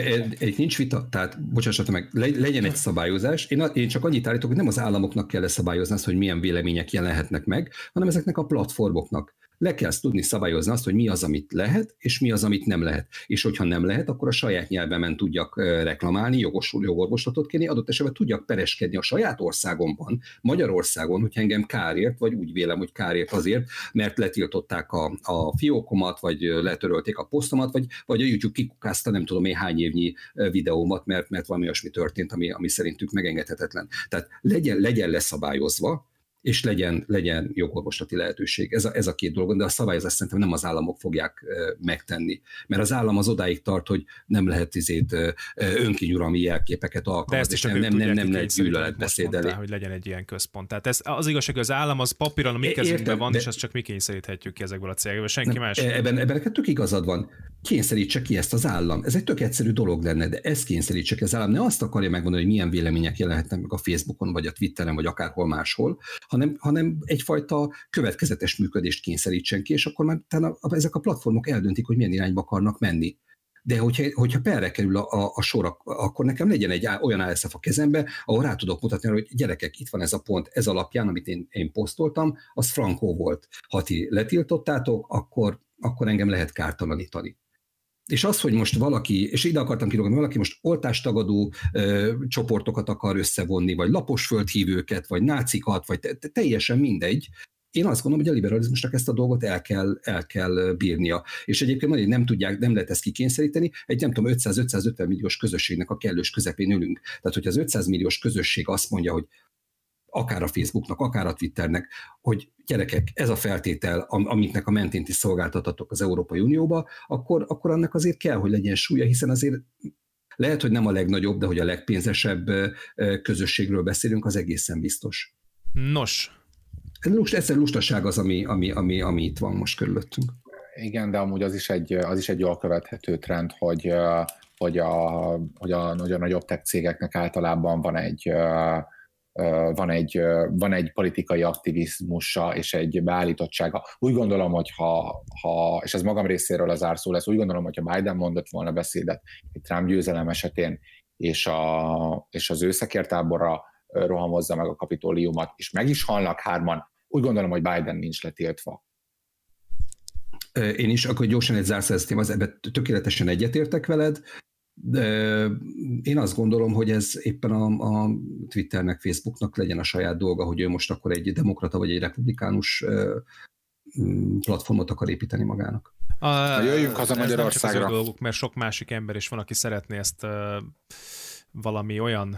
nincs vita, tehát bocsássatok meg, legyen egy szabályozás. Én csak annyit állítok, hogy nem az államoknak kell szabályozni azt, hogy milyen vélemények jelenhetnek meg, hanem ezeknek a platformoknak. Le kell tudni szabályozni azt, hogy mi az, amit lehet, és mi az, amit nem lehet. És hogyha nem lehet, akkor a saját nyelvemen tudjak reklamálni, jogorvoslatot kérni, adott esetben tudjak pereskedni a saját országomban, Magyarországon, hogy engem kárért, vagy úgy vélem, hogy kárért azért, mert letiltották a fiókomat, vagy letörölték a posztomat, vagy a YouTube kikukázta nem tudom én hány évnyi videómat, mert valami olyasmi történt, ami szerintük megengedhetetlen. Tehát legyen leszabályozva, és legyen jogorvoslati lehetőség. Ez a két dolog, de a szabályozást szerintem nem az államok fogják megtenni. Mert az állam az odáig tart, hogy nem lehet önkinyuralmi jelképeket alkalmazni, nem lehet gyűlöletbeszédelni. Hogy legyen egy ilyen központ. Tehát ez az igazság, hogy az állam az papíron a mi kezünkben van, és azt csak mi kényszeríthetjük ki ezekből a cégekből, senki más. Ebben tök igazad van. Kényszerítse ki ezt az állam. Ez egy tök egyszerű dolog lenne, de ezt kényszerítse ki az állam. Ne azt akarja megmondani, hogy milyen vélemények jelenhetnek meg a Facebookon, vagy a Twitteren, vagy akárhol máshol, hanem egyfajta következetes működést kényszerítsen ki, és akkor már ezek a platformok eldöntik, hogy milyen irányba akarnak menni. De hogyha perre kerül a sor, akkor nekem legyen egy olyan ASF a kezembe, ahol rá tudok mutatni, hogy gyerekek, itt van ez a pont, ez alapján, amit én posztoltam, az frankó volt. Ha ti letiltottátok, akkor engem lehet kártalanítani. És az, hogy most valaki, és ide akartam kirogni, valaki most oltástagadó csoportokat akar összevonni, vagy lapos földhívőket, vagy nácikat, vagy teljesen mindegy. Én azt gondolom, hogy a liberalizmusnak ezt a dolgot el kell bírnia. És egyébként nem lehet ezt kikényszeríteni, egy nem tudom, 500-550 milliós közösségnek a kellős közepén ülünk. Tehát, hogyha az 500 milliós közösség azt mondja, hogy akár a Facebooknak, akár a Twitternek, hogy gyerekek, ez a feltétel, amiknek a mentén ti szolgáltatatok az Európai Unióba, akkor annak azért kell, hogy legyen súlya, hiszen azért lehet, hogy nem a legnagyobb, de hogy a legpénzesebb közösségről beszélünk, az egészen biztos. Nos. Egyszerű lustaság az, ami itt van most körülöttünk. Igen, de amúgy az is egy jól követhető trend, hogy a nagyon nagyobb tech cégeknek általában van egy politikai aktivizmusa és egy beállítottsága. Úgy gondolom, hogy és ez magam részéről az árszó lesz, úgy gondolom, hogy ha Biden mondott volna beszédet egy Trump győzelem esetén, és az ő szekértáborra rohamozza meg a Kapitóliumot, és meg is halnak hárman, úgy gondolom, hogy Biden nincs letiltva. Én is, akkor gyorsan egy zárszáztém, ebben tökéletesen egyetértek veled, de én azt gondolom, hogy ez éppen a Twitternek, Facebooknak legyen a saját dolga, hogy ő most akkor egy demokrata vagy egy republikánus platformot akar építeni magának. Jöjjünk haza Magyarországra. Ez dolguk, mert sok másik ember is van, aki szeretné ezt valami olyan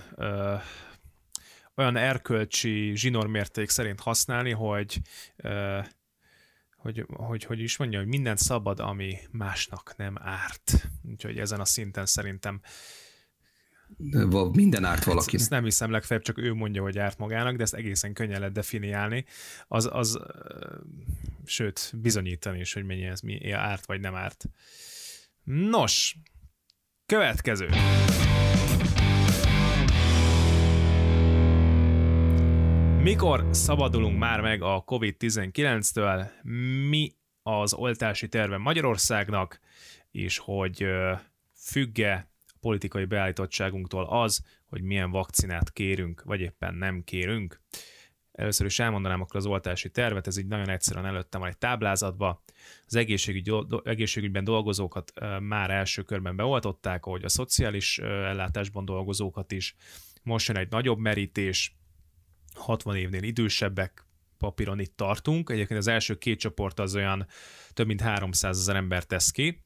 erkölcsi zsinórmérték szerint használni, hogy is mondja, hogy mindent szabad, ami másnak nem árt. Úgyhogy ezen a szinten szerintem minden árt valakinek. Ezt nem hiszem, legfeljebb csak ő mondja, hogy árt magának, de ezt egészen könnyen lehet definiálni. Sőt, bizonyítani is, hogy mi árt vagy nem árt. Nos, következő. Mikor szabadulunk már meg a COVID-19-től? Mi az oltási terve Magyarországnak, és hogy függ-e a politikai beállítottságunktól az, hogy milyen vakcinát kérünk, vagy éppen nem kérünk. Először is elmondanám akkor az oltási tervet, ez így nagyon egyszerűen előttem van egy táblázatban. Az egészségügyben dolgozókat már első körben beoltották, ahogy a szociális ellátásban dolgozókat is. Most jön egy nagyobb merítés, 60 évnél idősebbek, papíron itt tartunk. Egyébként az első 2 csoport az olyan több mint 300 000 ember tesz ki.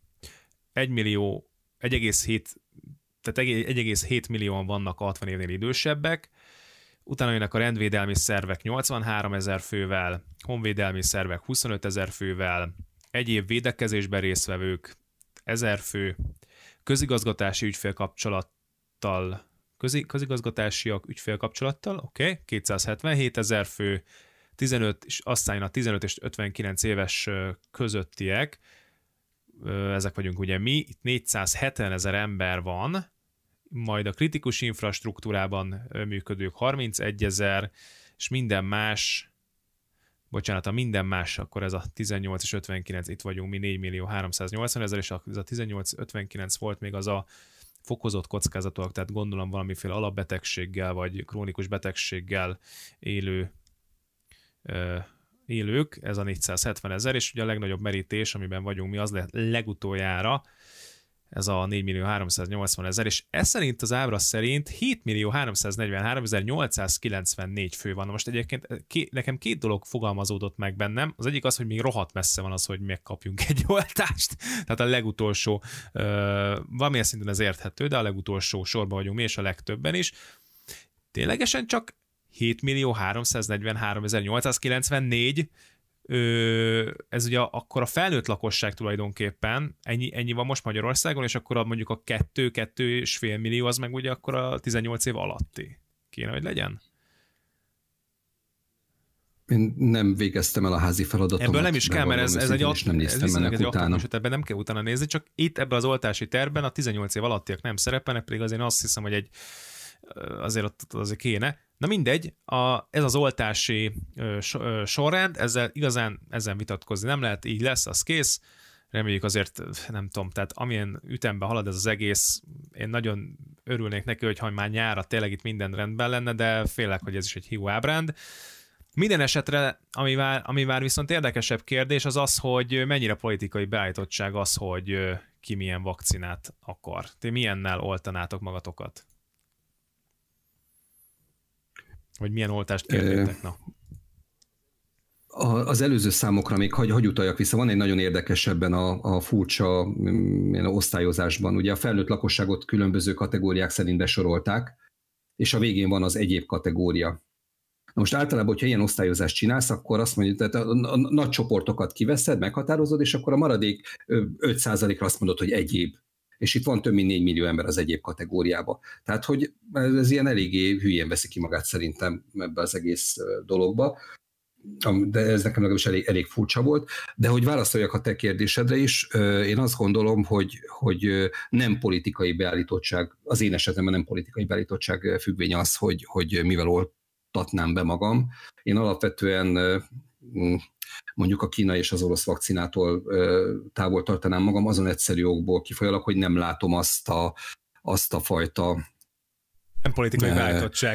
1,7 millióan vannak 60 évnél idősebbek, utána jönnek a rendvédelmi szervek 83 000 fővel, honvédelmi szervek 25 000 fővel, egyéb védekezésben résztvevők 1000 fő, közigazgatási ügyfélkapcsolattal, közigazgatásiak ügyfélkapcsolattal, oké, 277 000 fő, 15, és aztán a 15 és 59 éves közöttiek, ezek vagyunk ugye mi, itt 470 000 ember van, majd a kritikus infrastruktúrában működők 31 000, és minden más, a minden más, akkor ez a 18 és 59, itt vagyunk mi 4 380 000, és ez a 18-59 volt még az a fokozott kockázatok, tehát gondolom valamiféle alapbetegséggel, vagy krónikus betegséggel élők, ez a 470 000, és ugye a legnagyobb merítés, amiben vagyunk mi, az lehet legutoljára, ez a 4 380 000, és ez szerint az ábra szerint 7 343 894 fő van. Most egyébként nekem 2 dolog fogalmazódott meg bennem. Az egyik az, hogy még rohadt messze van az, hogy megkapjunk egy oltást. Tehát a legutolsó, valamilyen szinten ez érthető, de a legutolsó sorban vagyunk mi, és a legtöbben is. Ténylegesen csak 7 343 894, ez ugye akkor a felnőtt lakosság tulajdonképpen, ennyi van most Magyarországon, és akkor mondjuk a 2,5 millió az meg ugye akkor a 18 év alatti kéne, hogy legyen? Én nem végeztem el a házi feladatomat. Ebből nem is kell, mert ez egy nem néztem ennek utána. Ebben nem kell utána nézni, csak itt ebben az oltási tervben a 18 év alattiak nem szerepelnek, pedig azért azt hiszem, hogy azért kéne. Na mindegy, ez az oltási sorrend, ezen vitatkozni nem lehet, így lesz, az kész. Reméljük azért, nem tudom, tehát amilyen ütemben halad ez az egész, én nagyon örülnék neki, hogyha már nyárra tényleg itt minden rendben lenne, de félek, hogy ez is egy hiú ábránd. Minden esetre, ami már viszont érdekesebb kérdés, az az, hogy mennyire politikai beállítottság az, hogy ki milyen vakcinát akar. Ti milyennel oltanátok magatokat? Vagy milyen oltást kértétek? Na. Az előző számokra még hagy utaljak vissza. Van egy nagyon érdekes ebben a furcsa osztályozásban. Ugye a felnőtt lakosságot különböző kategóriák szerint besorolták, és a végén van az egyéb kategória. Na most általában, hogyha ilyen osztályozást csinálsz, akkor azt mondjuk, tehát a nagy csoportokat kiveszed, meghatározod, és akkor a maradék 5%-ra azt mondod, hogy egyéb. És itt van több mint 4 millió ember az egyéb kategóriába. Tehát, hogy ez ilyen eléggé hülyén veszi ki magát szerintem ebbe az egész dologba, de ez nekem legalábbis elég furcsa volt. De hogy válaszoljak a te kérdésedre is, én azt gondolom, hogy nem politikai beállítottság, az én esetemben nem politikai beállítottság függvény az, hogy mivel oltatnám be magam. Én alapvetően mondjuk a kínai és az orosz vakcinától távol tartanám magam, azon egyszerű okból kifolyólag, hogy nem látom azt a fajta... Nem politikai beállítottság.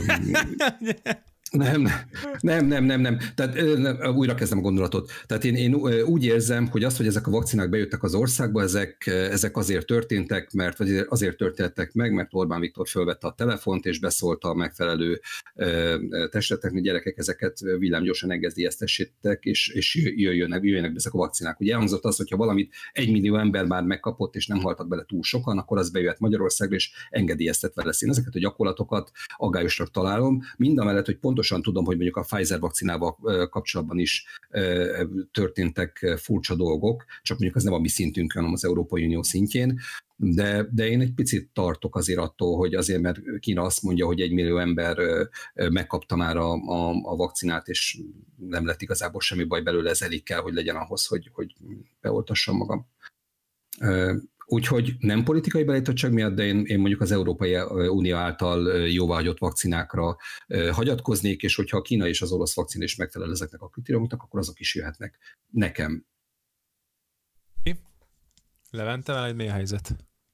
Nem. Tehát újra kezdem a gondolatot. Tehát én úgy érzem, hogy az, hogy ezek a vakcinák bejöttek az országba, ezek azért történtek, azért történtek meg, mert Orbán Viktor fölvette a telefont, és beszólt a megfelelő testületeknek, gyerekek, ezeket villámgyorsan engedélyeztessétek, és jöjjenek be ezek a vakcinák. Ugye elhangzott az, hogyha valamit 1 millió ember már megkapott, és nem haltak bele túl sokan, akkor az bejöhet Magyarországra, és engedélyeztetve lesz. Én ezeket a gyakorlatokat aggályosnak találom, mindamellett, hogy pontosan tudom, hogy mondjuk a Pfizer vakcinával kapcsolatban is történtek furcsa dolgok, csak mondjuk ez nem a mi szintünkön, hanem az Európai Unió szintjén, de én egy picit tartok azért attól, hogy azért, mert Kína azt mondja, hogy 1 millió ember megkapta már a vakcinát, és nem lett igazából semmi baj belőle, ez elég kell, hogy legyen ahhoz, hogy beoltassam magam. Úgyhogy nem politikai beállítottság miatt, de én mondjuk az Európai Unió által jóváhagyott vakcinákra hagyatkoznék, és hogyha a kínai és az orosz vakcina is megfelel ezeknek a kritériumoknak, akkor azok is jöhetnek nekem. Levente, veled mi a helyzet?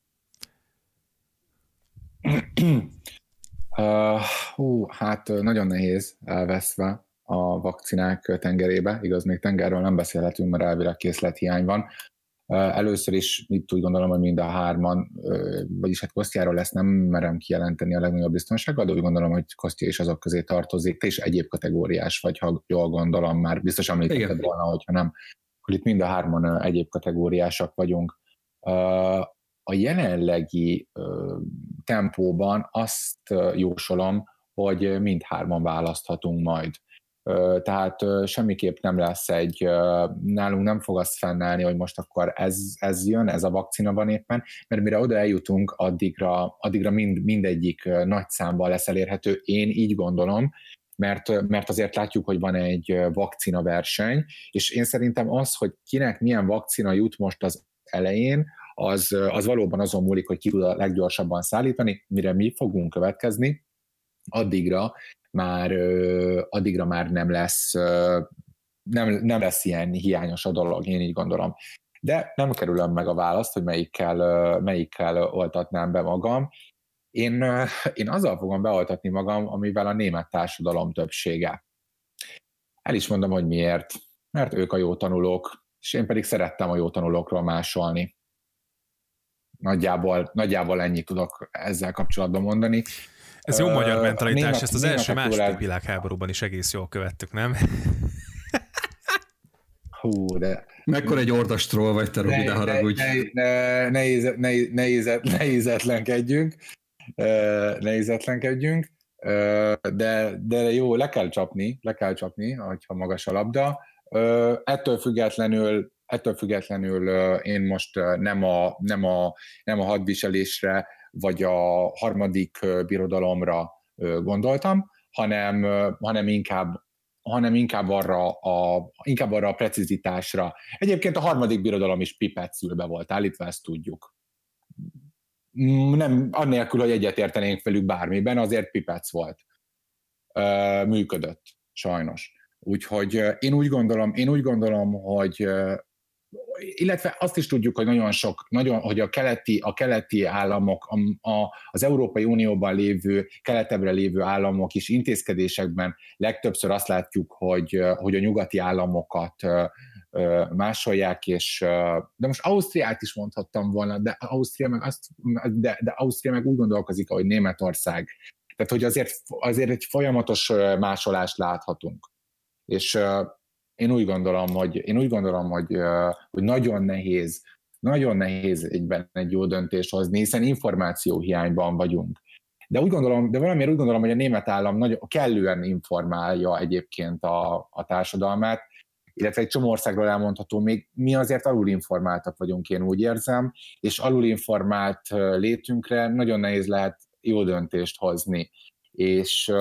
Hát nagyon nehéz elveszve a vakcinák tengerébe, igaz, még tengerről nem beszélhetünk, mert elvileg készlethiány van. Először is itt úgy gondolom, hogy mind a hárman, vagyis hát Kostjáról ezt nem merem kijelenteni a legnagyobb biztonsággal, de úgy gondolom, hogy Kostya is azok közé tartozik. Te is egyéb kategóriás vagy, ha jól gondolom, már biztos említetted volna, hogyha nem, hogy itt mind a hárman egyéb kategóriásak vagyunk. A jelenlegi tempóban azt jósolom, hogy mindhárman választhatunk majd. Tehát semmiképp nem lesz nálunk nem fog azt fennállni, hogy most akkor ez jön, ez a vakcina van éppen, mert mire oda eljutunk, addigra mindegyik nagy számban lesz elérhető. Én így gondolom, mert azért látjuk, hogy van egy vakcina verseny, és én szerintem az, hogy kinek milyen vakcina jut most az elején, az valóban azon múlik, hogy ki tud a leggyorsabban szállítani, mire mi fogunk következni, addigra már nem lesz ilyen hiányos a dolog, én így gondolom. De nem kerülöm meg a választ, hogy melyikkel oltatnám be magam. Én azzal fogom beoltatni magam, amivel a német társadalom többsége. El is mondom, hogy miért. Mert ők a jó tanulók, és én pedig szerettem a jó tanulókról másolni. Nagyjából ennyit tudok ezzel kapcsolatban mondani. Ez jó magyar mentalitás, ezt az első-második világháborúban is egész jól követtük, nem? Hú, de... Mekkora egy ordastról vagy te, Robi, de haragudj. Nehézetlenkedjünk, de jó, le kell csapni, ha magas a labda. Ettől függetlenül én most nem a hadviselésre vagy a harmadik birodalomra gondoltam, hanem inkább arra a precizitásra. Egyébként a harmadik birodalom is pipetszülbe volt állítva, ezt tudjuk. Nem, annélkül, hogy egyetértenénk velük bármiben, azért pipec volt. Működött, sajnos. Úgyhogy én úgy gondolom, hogy illetve azt is tudjuk, hogy hogy a keleti államok, az Európai Unióban lévő, keletebbre lévő államok is intézkedésekben legtöbbször azt látjuk, hogy a nyugati államokat másolják, de most Ausztriát is mondhattam volna, de Ausztria meg úgy gondolkozik, hogy Németország. Tehát, hogy azért egy folyamatos másolást láthatunk. És én úgy gondolom, hogy nagyon nehéz egyben egy jó döntést hozni, hiszen információhiányban vagyunk. De valamiért úgy gondolom, hogy a német állam kellően informálja egyébként a társadalmát, illetve egy csomó országról elmondható, még mi azért alulinformáltak vagyunk, én úgy érzem, és alulinformált létünkre nagyon nehéz lehet jó döntést hozni. És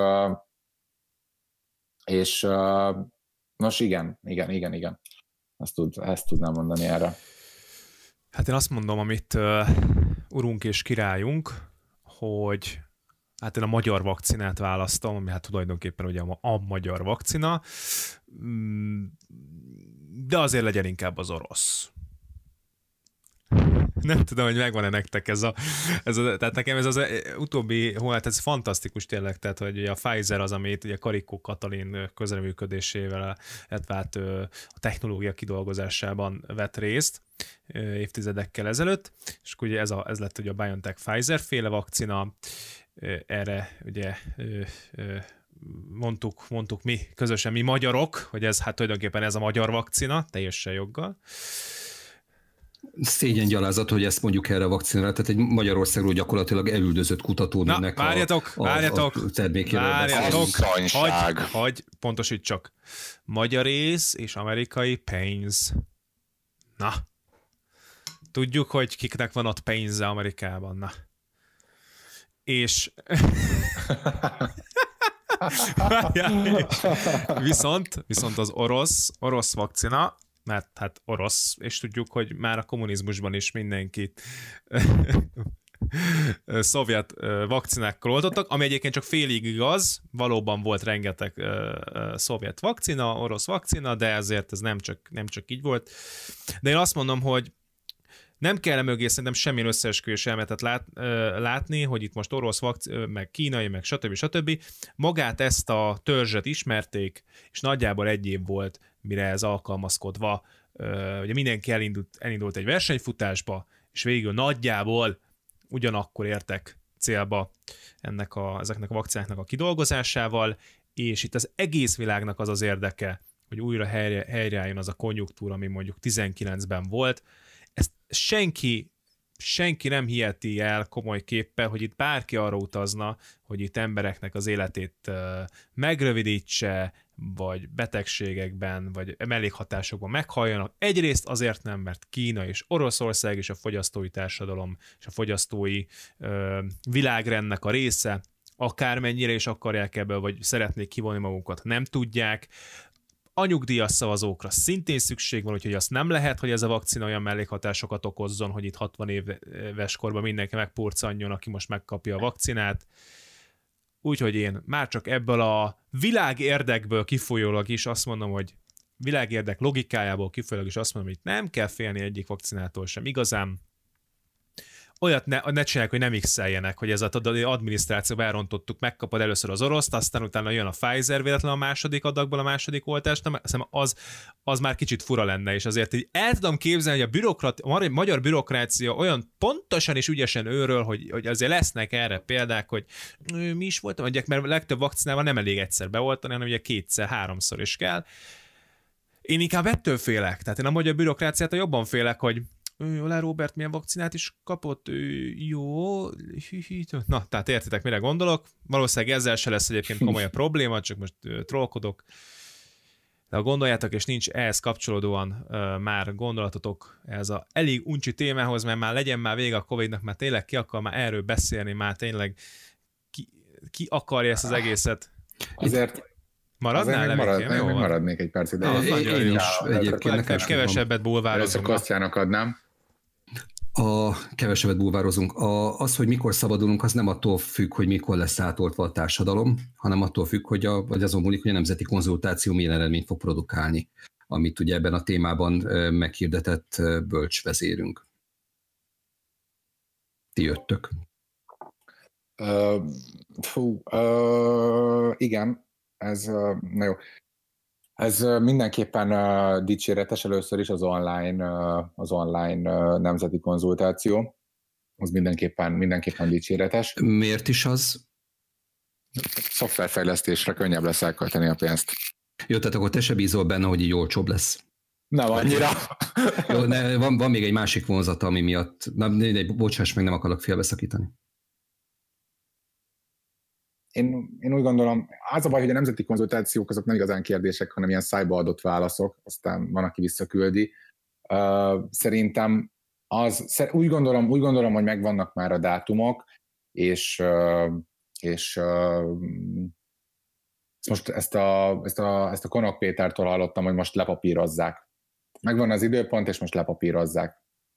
nos igen. Ezt tudnám mondani erre. Hát én azt mondom, amit urunk és királyunk, hogy hát én a magyar vakcinát választom, ami hát tulajdonképpen ugye a magyar vakcina, de azért legyen inkább az orosz. Nem tudom, hogy megvan-e nektek tehát nekem ez az utóbbi hónap, ez fantasztikus tényleg, tehát hogy a Pfizer az, amit ugye Karikó Katalin közreműködésével, illetve hát a technológia kidolgozásában vett részt évtizedekkel ezelőtt, és akkor ugye ez lett ugye a BioNTech Pfizer féle vakcina, erre ugye mondtuk mi közösen, mi magyarok, hogy ez hát tulajdonképpen ez a magyar vakcina, teljesen joggal. Szégyengyalázat, hogy ezt mondjuk erre a vakcinára, tehát egy Magyarországról gyakorlatilag elüldözött kutatónőnek várjatok, termékéről. Hagy, pontosítsak. Magyar ész és amerikai pénz. Na, tudjuk, hogy kiknek van ott pénze Amerikában, na. És... viszont az orosz vakcina, mert hát orosz, és tudjuk, hogy már a kommunizmusban is mindenkit szovjet vakcinákkal oltottak, ami egyébként csak félig igaz, valóban volt rengeteg szovjet vakcina, orosz vakcina, de ezért ez nem csak így volt. De én azt mondom, hogy Nem kell mögé szerintem semmilyen összeesküvés elméletet látni, hogy itt most orosz meg kínai, meg stb. Magát ezt a törzset ismerték, és nagyjából 1 év volt, mire ez alkalmazkodva. Ugye mindenki elindult egy versenyfutásba, és végül nagyjából ugyanakkor értek célba ezeknek a vakcináknak a kidolgozásával, és itt az egész világnak az érdeke, hogy újra helyreálljon az a konjunktúra, ami mondjuk 19-ben volt. Ezt senki nem hiheti el komoly képpel, hogy itt bárki arra utazna, hogy itt embereknek az életét megrövidítse, vagy betegségekben, vagy mellékhatásokban meghalljanak. Egyrészt azért nem, mert Kína és Oroszország és a fogyasztói társadalom és a fogyasztói világrendnek a része, akármennyire is akarják ebből, vagy szeretnék kivonni magukat, nem tudják. A nyugdíjas szavazókra szintén szükség van, úgyhogy azt nem lehet, hogy ez a vakcina olyan mellékhatásokat okozzon, hogy itt 60 éves korban mindenki megpurcanjon, aki most megkapja a vakcinát. Úgyhogy én már csak ebből a világérdekből kifolyólag is azt mondom, hogy világérdek logikájából kifolyólag is azt mondom, hogy nem kell félni egyik vakcinától sem igazán. Olyat ne csinálják, hogy nem x-eljenek, hogy ez az adminisztrációba elrontottuk, megkapod először az oroszt, aztán utána jön a Pfizer véletlen a második adagból a második oltást, az már kicsit fura lenne, és azért így el tudom képzelni, hogy a magyar bürokrácia olyan pontosan és ügyesen őről, hogy azért lesznek erre példák, hogy mi is voltam, mondják, mert legtöbb vakcinával nem elég egyszer beoltani, hanem ugye 2-3-szor is kell. Én inkább ettől félek, tehát én a magyar bürokráciától jobban félek, hogy Olá Róbert milyen vakcinát is kapott? Jó. Na, tehát értitek, mire gondolok. Valószínűleg ezzel se lesz egyébként komoly a probléma, csak most trollkodok. De ha gondoljátok, és nincs ehhez kapcsolódóan már gondolatotok ez a elég uncsi témához, mert már legyen már vége a Covid-nak, már tényleg ki akar már erről beszélni, már tényleg ki akarja ezt az egészet? Azért maradnál? Maradnék egy percig. Én is egyébként. Kevesebbet bulvározunk. Ezt a Kostjának adnám. Kevesebbet bulvározunk. Az, hogy mikor szabadulunk, az nem attól függ, hogy mikor lesz átoltva a társadalom, hanem attól függ, hogy azon múlik, hogy a nemzeti konzultáció milyen eredményt fog produkálni, amit ugye ebben a témában meghirdetett bölcsvezérünk. Ti jöttök. Igen, ez na jó. Ez mindenképpen dicséretes, először is az online nemzeti konzultáció. Az mindenképpen dicséretes. Miért is az? Szoftverfejlesztésre könnyebb lesz elkölteni a pénzt. Jó, tehát akkor te se bízol benne, hogy így olcsóbb lesz. Nem annyira. Jó, van még egy másik vonzata, ami miatt... Bocsáss meg, nem akarok félbeszakítani. Én úgy gondolom, az a baj, hogy a nemzeti konzultációk azok nem igazán kérdések, hanem ilyen szájba adott válaszok, aztán van, aki visszaküldi. Szerintem úgy gondolom, hogy megvannak már a dátumok, és most ezt a Konok Pétertől hallottam, hogy most lepapírozzák. Megvan az időpont, és most lepapírozzák.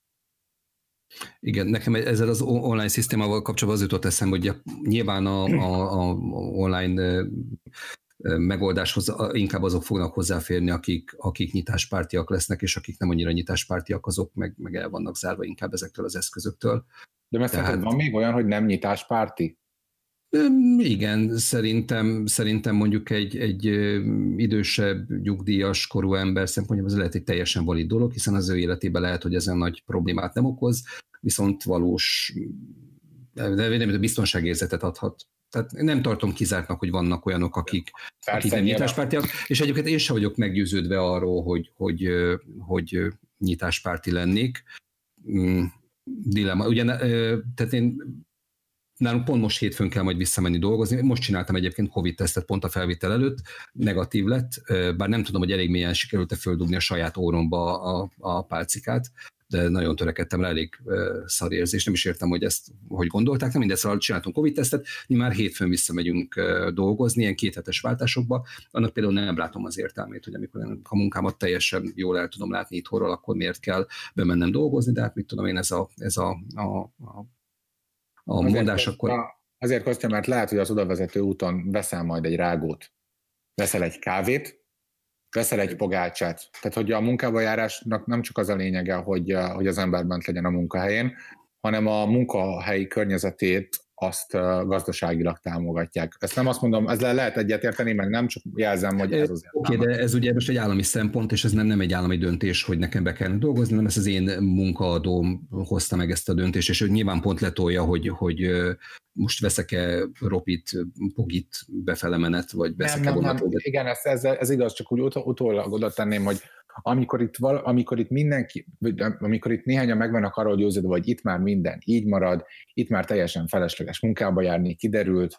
Igen, nekem ezzel az online szisztémával kapcsolatban az jutott eszembe, hogy nyilván a online megoldáshoz inkább azok fognak hozzáférni, akik nyitáspártiak lesznek, és akik nem annyira nyitáspártiak, azok meg el vannak zárva inkább ezektől az eszközöktől. De mert van még olyan, hogy nem nyitáspárti? Igen, szerintem mondjuk egy idősebb, nyugdíjas korú ember szempontjából ez lehet egy teljesen valid dolog, hiszen az ő életében lehet, hogy ezen nagy problémát nem okoz, viszont valós biztonságérzetet adhat. Tehát nem tartom kizártnak, hogy vannak olyanok, akik nem nyitáspártiak, és egyébként én sem vagyok meggyőződve arról, hogy nyitáspárti lennék. Dilemma. Ugye, tehát nálunk pont most hétfőn kell majd visszamenni dolgozni. Most csináltam egyébként Covid-tesztet pont a felvétel előtt, negatív lett, bár nem tudom, hogy elég mélyen sikerült-e földugni a saját óromba a pálcikát, de nagyon törekedtem rá, elég szar érzés, nem is értem, hogy ezt hogy gondolták, nem mindezt alatt csináltunk Covid-tesztet, mi már hétfőn visszamegyünk dolgozni, ilyen 2 hetes váltásokba, annak például nem látom az értelmét, hogy amikor a munkámat teljesen jól el tudom látni itthonról, akkor miért kell bemennem dolgozni, de hát mit tudom én, ez a mondás akkor... Azért Kostya, mert lehet, hogy az odavezető úton veszel majd egy rágót, veszel egy kávét, veszel egy pogácsát. Tehát, hogy a munkába járásnak nem csak az a lényege, hogy az ember bent legyen a munkahelyén, hanem a munkahelyi környezetét azt gazdaságilag támogatják. Ezt nem azt mondom, ezzel lehet egyetérteni, meg nem, csak jelzem, hogy ez az. Oké, de ez ugye most egy állami szempont, és ez nem egy állami döntés, hogy nekem be kellene dolgozni, hanem ez az én munkaadóm hozta meg ezt a döntést, és ő nyilván pont letolja, hogy most veszek-e ropit, pogit befele menet, vagy veszek-e vonatot. Igen, ez igaz, csak úgy utólag oda tenném, hogy amikor itt néhányan meg vannak arról győződve, hogy itt már minden így marad, itt már teljesen felesleges munkába járni, kiderült,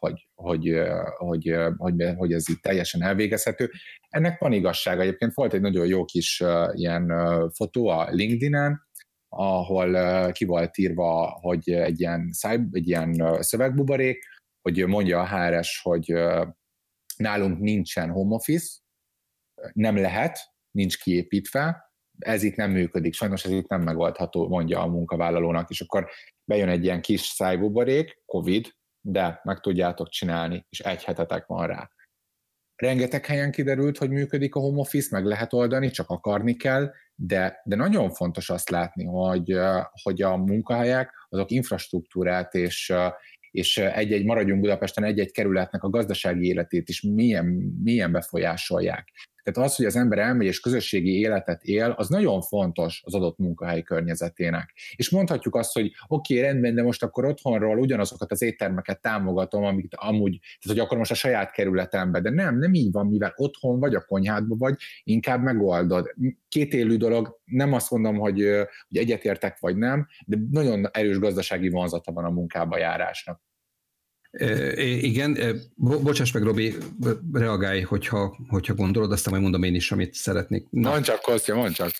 hogy ez itt teljesen elvégezhető. Ennek van igazsága. Egyébként volt egy nagyon jó kis ilyen fotó a LinkedIn-en, ahol ki volt írva, hogy egy ilyen szövegbuborék, hogy mondja a HRS, hogy nálunk nincsen home office, nem lehet, nincs kiépítve, ez itt nem működik, sajnos ez itt nem megoldható, mondja a munkavállalónak, és akkor bejön egy ilyen kis szájbuborék, Covid, de meg tudjátok csinálni, és egy hetetek van rá. Rengeteg helyen kiderült, hogy működik a home office, meg lehet oldani, csak akarni kell, de nagyon fontos azt látni, hogy a munkahelyek, azok infrastruktúrát és maradjunk Budapesten, egy-egy kerületnek a gazdasági életét is milyen befolyásolják. Tehát az, hogy az ember elmegy és közösségi életet él, az nagyon fontos az adott munkahely környezetének. És mondhatjuk azt, hogy oké, rendben, de most akkor otthonról ugyanazokat az éttermeket támogatom, amit amúgy, tehát hogy akkor most a saját kerületembe, de nem így van, mivel otthon vagy, a konyhádban vagy, inkább megoldod. Kétélű dolog, nem azt mondom, hogy egyetértek vagy nem, de nagyon erős gazdasági vonzata van a munkába járásnak. Igen, bocsáss meg, Robi, reagálj, hogyha gondolod, aztán majd mondom én is, amit szeretnék. Mondd csak, Kostya, mondd csak.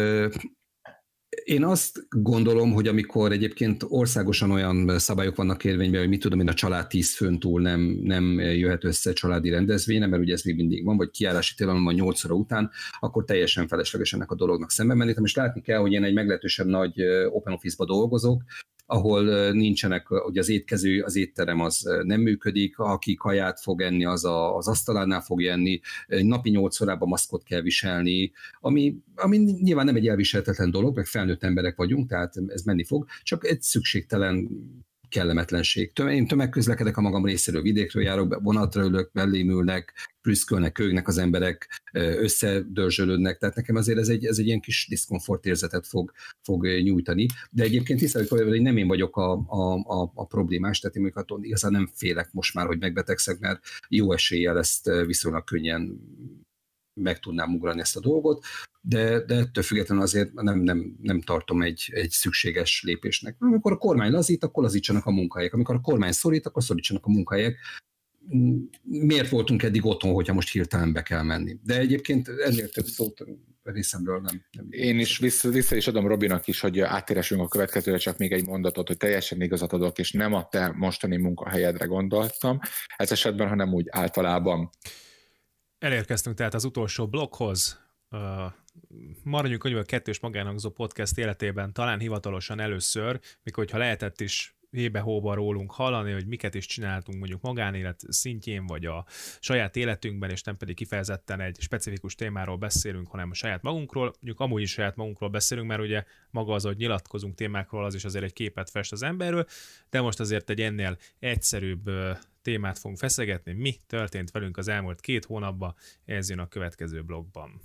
Én azt gondolom, hogy amikor egyébként országosan olyan szabályok vannak érvényben, hogy mit tudom én, a család 10 főn túl nem jöhet össze családi rendezvényre, mert ugye ez még mindig van, vagy kijárási tilalom van 8 óra után, akkor teljesen felesleges ennek a dolognak szemben menni. És látni kell, hogy én egy meglehetősen nagy open office-ba dolgozok, ahol nincsenek, ugye az étkező, az étterem az nem működik, aki kaját fog enni, az asztalánál fog enni, napi 8 órában maszkot kell viselni, ami nyilván nem egy elviselhetetlen dolog, meg felnőtt emberek vagyunk, tehát ez menni fog, csak egy szükségtelen kellemetlenség. Én tömegközlekedek a magam részéről, vidékről járok, vonatra ülök, mellém ülnek, prüszkölnek, kögnek az emberek, összedörzsölődnek, tehát nekem azért ez egy ilyen kis diszkomfortérzetet fog nyújtani, de egyébként tisztelt, hogy nem én vagyok a problémás, tehát én mondjuk igazán nem félek most már, hogy megbetegszek, mert jó eséllyel ezt viszonylag könnyen meg tudnám ugrani ezt a dolgot, de ettől függetlenül azért nem tartom egy szükséges lépésnek. Amikor a kormány lazít, akkor lazítsanak a munkahelyek. Amikor a kormány szorít, akkor szorítsanak a munkahelyek. Miért voltunk eddig otthon, hogyha most hirtelen be kell menni? De egyébként ennél több szót részemről nem. Én is vissza is adom Robinak is, hogy áttéressünk a következőre, csak még egy mondatot, hogy teljesen igazat adok, és nem a te mostani munkahelyedre gondoltam ez esetben, hanem úgy általában. Elérkeztünk tehát az utolsó blokkhoz. Maradjunk annyival a kettős magánhangzó podcast életében talán hivatalosan először, mikor hogyha lehetett is hébe-hóba rólunk hallani, hogy miket is csináltunk mondjuk magánélet szintjén, vagy a saját életünkben, és nem pedig kifejezetten egy specifikus témáról beszélünk, hanem a saját magunkról. Mondjuk amúgy is saját magunkról beszélünk, mert ugye maga az, hogy nyilatkozunk témákról, az is azért egy képet fest az emberről, de most azért egy ennél egyszerűbb témát fogunk feszegetni. Mi történt velünk az elmúlt 2 hónapban, ez jön a következő blogban.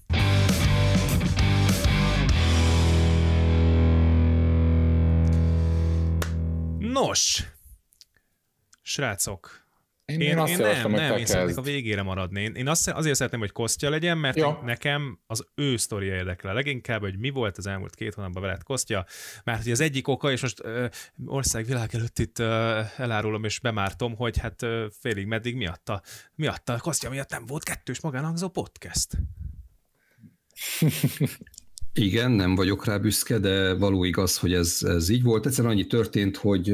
Nos, srácok, én szeretnék a végére maradni. Én azért szeretném, hogy Kostya legyen, mert nekem az ő sztoria érdekel leginkább, hogy mi volt az elmúlt 2 hónapban veled, Kostya, mert hogy az egyik oka, és most országvilág előtt itt elárulom és bemártom, hogy hát félig meddig miatta, Kostya miatt nem volt kettős magánhangzó podcast. Igen, nem vagyok rá büszke, de való igaz, hogy ez így volt. Egyszerűen annyi történt, hogy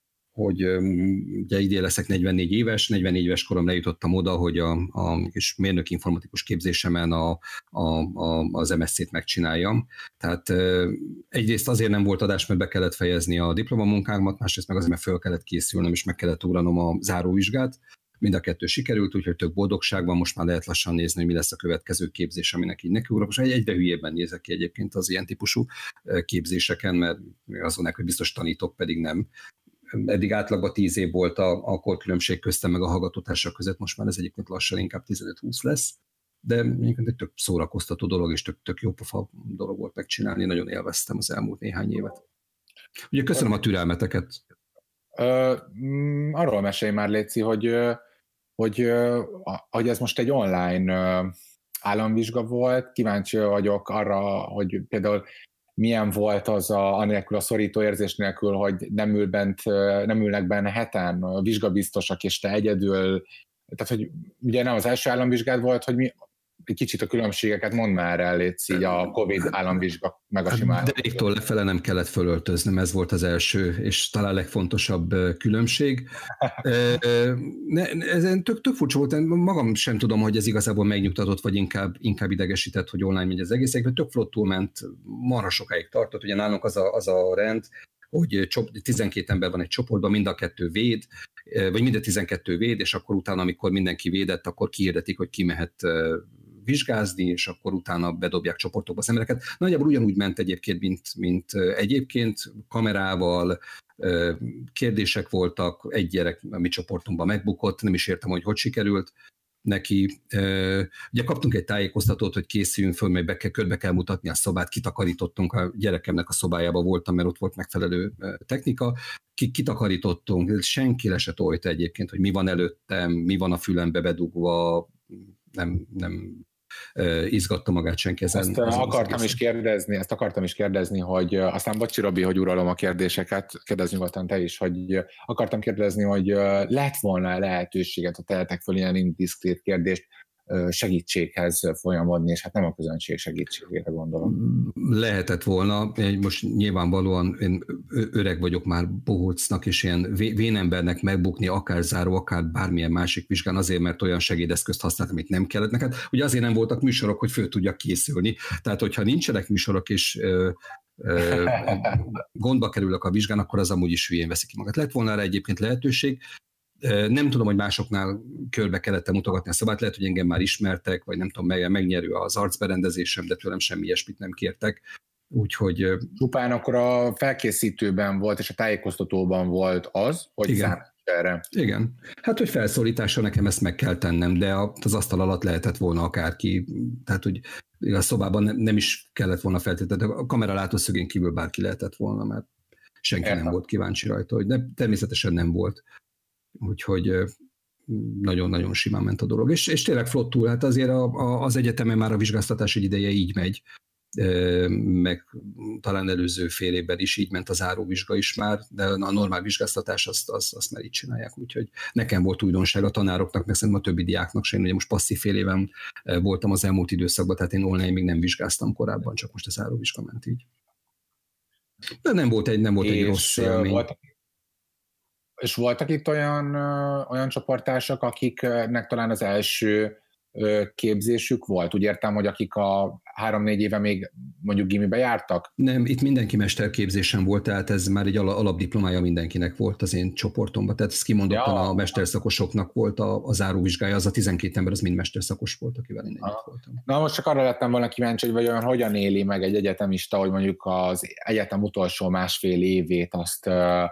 ugye idén leszek 44 éves, 44 éves korom lejutottam oda, hogy a kis mérnök informatikus képzésemen az MSZ-t megcsináljam. Tehát egyrészt azért nem volt adás, mert be kellett fejezni a diplomamunkámat, másrészt meg azért, mert föl kellett készülnöm, és meg kellett ugranom a záróvizsgát, mind a kettő sikerült, úgyhogy tök boldogságban most már lehet lassan nézni, hogy mi lesz a következő képzés, aminek így nekiugrok. Most egyre hülyébben nézek ki egyébként az ilyen típusú képzéseken, mert azt gondolják, hogy biztos tanítok, pedig nem. Eddig átlagban 10 év volt a korkülönbség köztem meg a hallgatótársak között, most már ez egyébként lassan inkább 15-20 lesz, de egy tök szórakoztató dolog, és tök jó pofa dolog volt megcsinálni, nagyon élveztem az elmúlt néhány évet. Ugye köszönöm a türelmeteket. Arról mesélj már, Léci, hogy ez most egy online államvizsga volt, kíváncsi vagyok arra, hogy például milyen volt az anélkül a szorító érzés nélkül, hogy nem ülnek benne heten a vizsgabiztosak, és te egyedül, tehát hogy ugye nem az első államvizsgád volt, hogy egy kicsit a különbségeket mondd már el, Léci, így a Covid államvizsga meg a sima. Deréktől lefele nem kellett fölöltöznem, ez volt az első, és talán legfontosabb különbség. Ez tök furcsa volt, magam sem tudom, hogy ez igazából megnyugtatott, vagy inkább idegesített, hogy online megy az egész, mert tök flottul ment, marha sokáig tartott, ugye nálunk az a rend, hogy 12 ember van egy csoportban, mind a kettő véd, vagy mind a 12 véd, és akkor utána, amikor mindenki védett, akkor kiirdetik, hogy ki mehet vizsgázni, és akkor utána bedobják csoportokba az embereket. Nagyjából ugyanúgy ment egyébként, mint egyébként, kamerával, kérdések voltak, egy gyerek a mi csoportunkban megbukott, nem is értem, hogy sikerült neki. Ugye kaptunk egy tájékoztatót, hogy készüljünk föl, mert körbe kell mutatni a szobát, kitakarítottunk, a gyerekemnek a szobájában voltam, mert ott volt megfelelő technika, kitakarítottunk, senki le se tojta egyébként, hogy mi van előttem, mi van a fülembe bedugva, nem izgatta magát senki ezen. Ezt akartam is kérdezni, hogy aztán bocsi Robi, hogy uralom a kérdéseket, kérdezz nyugodtan te is, hogy akartam kérdezni, hogy lett volna lehetőséget, ha tehetek föl ilyen indiszkrét kérdést, segítséghez folyamodni, és hát nem a közönség segítségére gondolom. Lehetett volna, most nyilvánvalóan én öreg vagyok már bohócnak, és ilyen vénembernek megbukni, akár záró, akár bármilyen másik vizsgán, azért, mert olyan segédeszközt használtam, amit nem kellett neked. Ugye azért nem voltak műsorok, hogy föl tudjak készülni. Tehát, hogyha nincsenek műsorok, és gondba kerülök a vizsgán, akkor az amúgy is hülyén veszi ki magát. Lett volna rá egyébként lehetőség. Nem tudom, hogy másoknál körbe kellett mutogatni a szabát, lehet, hogy engem már ismertek, vagy nem tudom, megnyerő az arcberendezésem, de tőlem semmi ilyesmit nem kértek. Úgyhogy... Csupán akkor a felkészítőben volt, és a tájékoztatóban volt az, hogy számít erre. Igen. Hát, hogy felszólításra nekem ezt meg kell tennem, de az asztal alatt lehetett volna akárki, tehát, hogy a szobában nem is kellett volna feltétlenül, a kamera látószögén kívül bárki lehetett volna, mert senki nem volt kíváncsi rajta, hogy természetesen nem volt. Úgyhogy nagyon-nagyon simán ment a dolog. És tényleg flottul, hát azért az egyetemen már a vizsgáztatás egy ideje így megy, meg talán előző fél évben is így ment a záróvizsga is már, de a normál vizsgáztatás azt már így csinálják, úgyhogy nekem volt újdonság, a tanároknak, meg szerintem a többi diáknak sem, ugye most passzív fél éven voltam az elmúlt időszakban, tehát én online még nem vizsgáztam korábban, csak most a záróvizsga ment így. De nem volt egy rossz élmény. És voltak itt olyan csoporttársak, akiknek talán az első képzésük volt? Úgy értem, hogy akik a 3-4 éve még mondjuk gimibe jártak? Nem, itt mindenki mesterképzésen volt, tehát ez már egy alapdiplomája mindenkinek volt az én csoportomban, tehát ez kimondottan a mesterszakosoknak volt a záróvizsgája, az a 12 ember, az mind mesterszakos volt, akivel én együtt voltam. Na most csak arra lettem volna kíváncsi, hogy vajon hogyan éli meg egy egyetemista, hogy mondjuk az egyetem utolsó másfél évét azt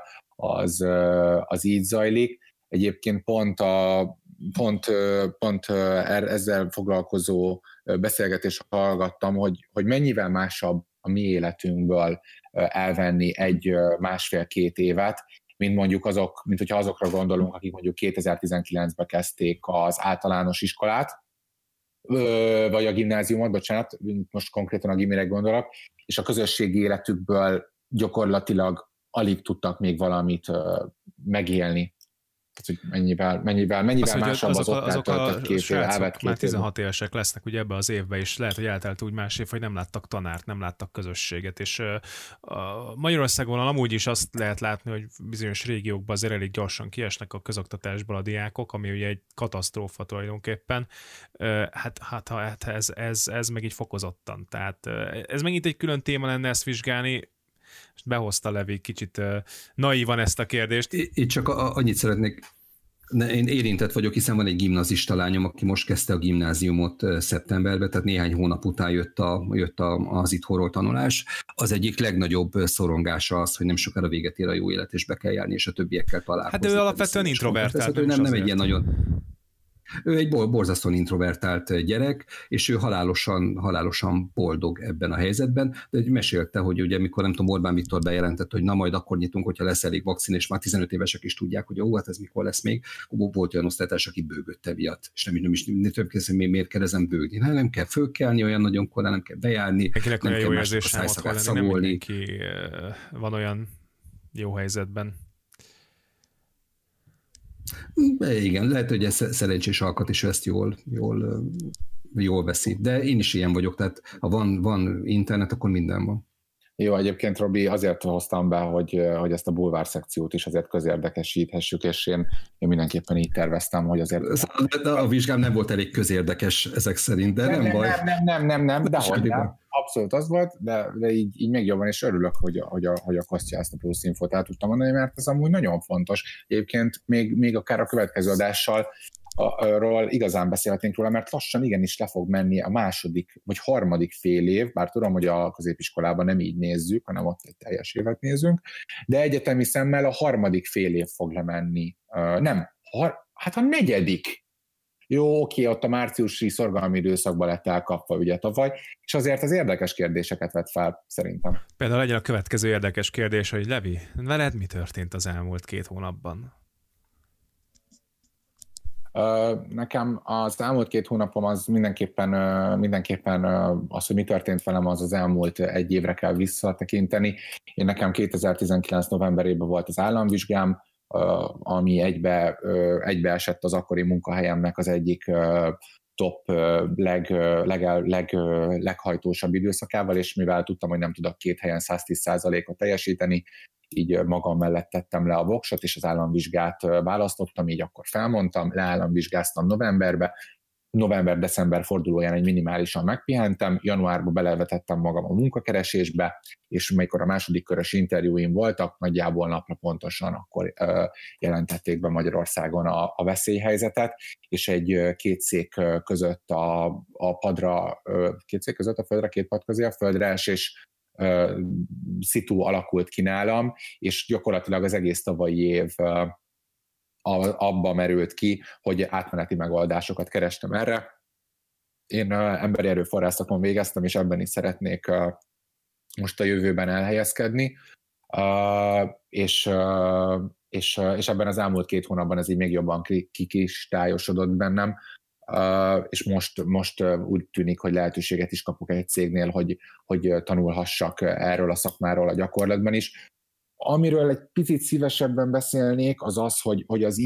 az így zajlik. Egyébként pont ezzel foglalkozó beszélgetést hallgattam, hogy mennyivel másabb a mi életünkből elvenni egy 1,5-2 évet, mint hogyha azokra gondolunk, akik mondjuk 2019-ben kezdték az általános iskolát, vagy a gimnáziumot, bocsánat, most konkrétan a gimire gondolok, és a közösségi életükből gyakorlatilag alig tudtak még valamit megélni. Tehát, hogy mennyivel másabb az ott eltöltött 2 év, elvett 2 már 16 évesek lesznek ugye ebbe az évbe is, lehet, hogy eltelt úgy más év, hogy nem láttak tanárt, nem láttak közösséget, és Magyarországon amúgy is azt lehet látni, hogy bizonyos régiókban azért elég gyorsan kiesnek a közoktatásból a diákok, ami ugye egy katasztrófa tulajdonképpen, hát ez meg így fokozottan, tehát ez megint egy külön téma lenne ezt vizsgálni. Behozta Levi kicsit naívan ezt a kérdést. Itt csak annyit szeretnék Én érintett vagyok, hiszen van egy gimnazista lányom, aki most kezdte a gimnáziumot szeptemberben, tehát néhány hónap után jött az itthonról tanulás. Az egyik legnagyobb szorongása az, hogy nem sokára véget ér a jó élet, és be kell járni, és a többiekkel találkozni. Hát ő alapvetően introvertált. Nem egy ilyen nagyon... Ő egy borzasztóan introvertált gyerek, és ő halálosan boldog ebben a helyzetben, de mesélte, hogy ugye mikor nem tudom, Orbán Viktor bejelentett, hogy na majd akkor nyitunk, hogyha lesz elég vakcina, és már 15 évesek is tudják, hogy hát ez mikor lesz még, volt olyan osztálytárs, aki bőgött emiatt, és nem több kérdez, hogy miért kell ezen bőgni. Nem kell fölkelni olyan nagyon korán, nem kell bejárni, Mindenkinek nem olyan kell jó másnak a szájszagát szagolni. Nem mindenki van olyan jó helyzetben. Igen, lehet, hogy ez szerencsés alkat, és ezt jól veszi. De én is ilyen vagyok, tehát ha van internet, akkor minden van. Jó, egyébként Robi, azért hoztam be, hogy ezt a bulvár szekciót is azért közérdekesíthessük, és én mindenképpen így terveztem, hogy azért... A vizsgám nem volt elég közérdekes ezek szerint, de nem baj. Nem, de hogy nem. Abszolút az volt, de így még jobban, és örülök, hogy a Kostya ezt a plusz infót el tudtam mondani, mert ez amúgy nagyon fontos. Egyébként még akár a következő adással ról igazán beszélhetnénk róla, mert lassan igenis le fog menni a második vagy harmadik fél év, bár tudom, hogy a középiskolában nem így nézzük, hanem ott egy teljes évet nézünk, de egyetemi szemmel a harmadik fél év fog lemenni. Hát a negyedik. Jó, oké, ott a márciusi szorgalmi időszakban lett elkapva ugye tavaly, és azért az érdekes kérdéseket vett fel, szerintem. Például legyen a következő érdekes kérdés, hogy Levi, veled mi történt az elmúlt 2 hónapban? Nekem az elmúlt 2 hónapom az mindenképpen az, hogy mi történt velem, az elmúlt 1 évre kell visszatekinteni. Nekem 2019 novemberében volt az államvizsgám, ami egybeesett az akkori munkahelyemnek az egyik top leghajtósabb időszakával, és mivel tudtam, hogy nem tudok 2 helyen 110%-ot teljesíteni, így magam mellett tettem le a voksot, és az államvizsgát választottam, így akkor felmondtam, leállamvizsgáztam november-december fordulóján egy minimálisan megpihentem, januárban belevetettem magam a munkakeresésbe, és amikor a második körös interjúim voltak, nagyjából napra pontosan akkor jelentették be Magyarországon a veszélyhelyzetet, és két szék között a padra, két szék között a földre, 2 pad közé a földre esés szitu alakult ki nálam, és gyakorlatilag az egész tavalyi év abba merült ki, hogy átmeneti megoldásokat kerestem erre. Én emberi erőforrás szakon végeztem, és ebben is szeretnék most a jövőben elhelyezkedni, és ebben az elmúlt 2 hónapban ez így még jobban kikristályosodott bennem, és most úgy tűnik, hogy lehetőséget is kapok egy cégnél, hogy tanulhassak erről a szakmáról a gyakorlatban is. Amiről egy picit szívesebben beszélnék, az az, hogy az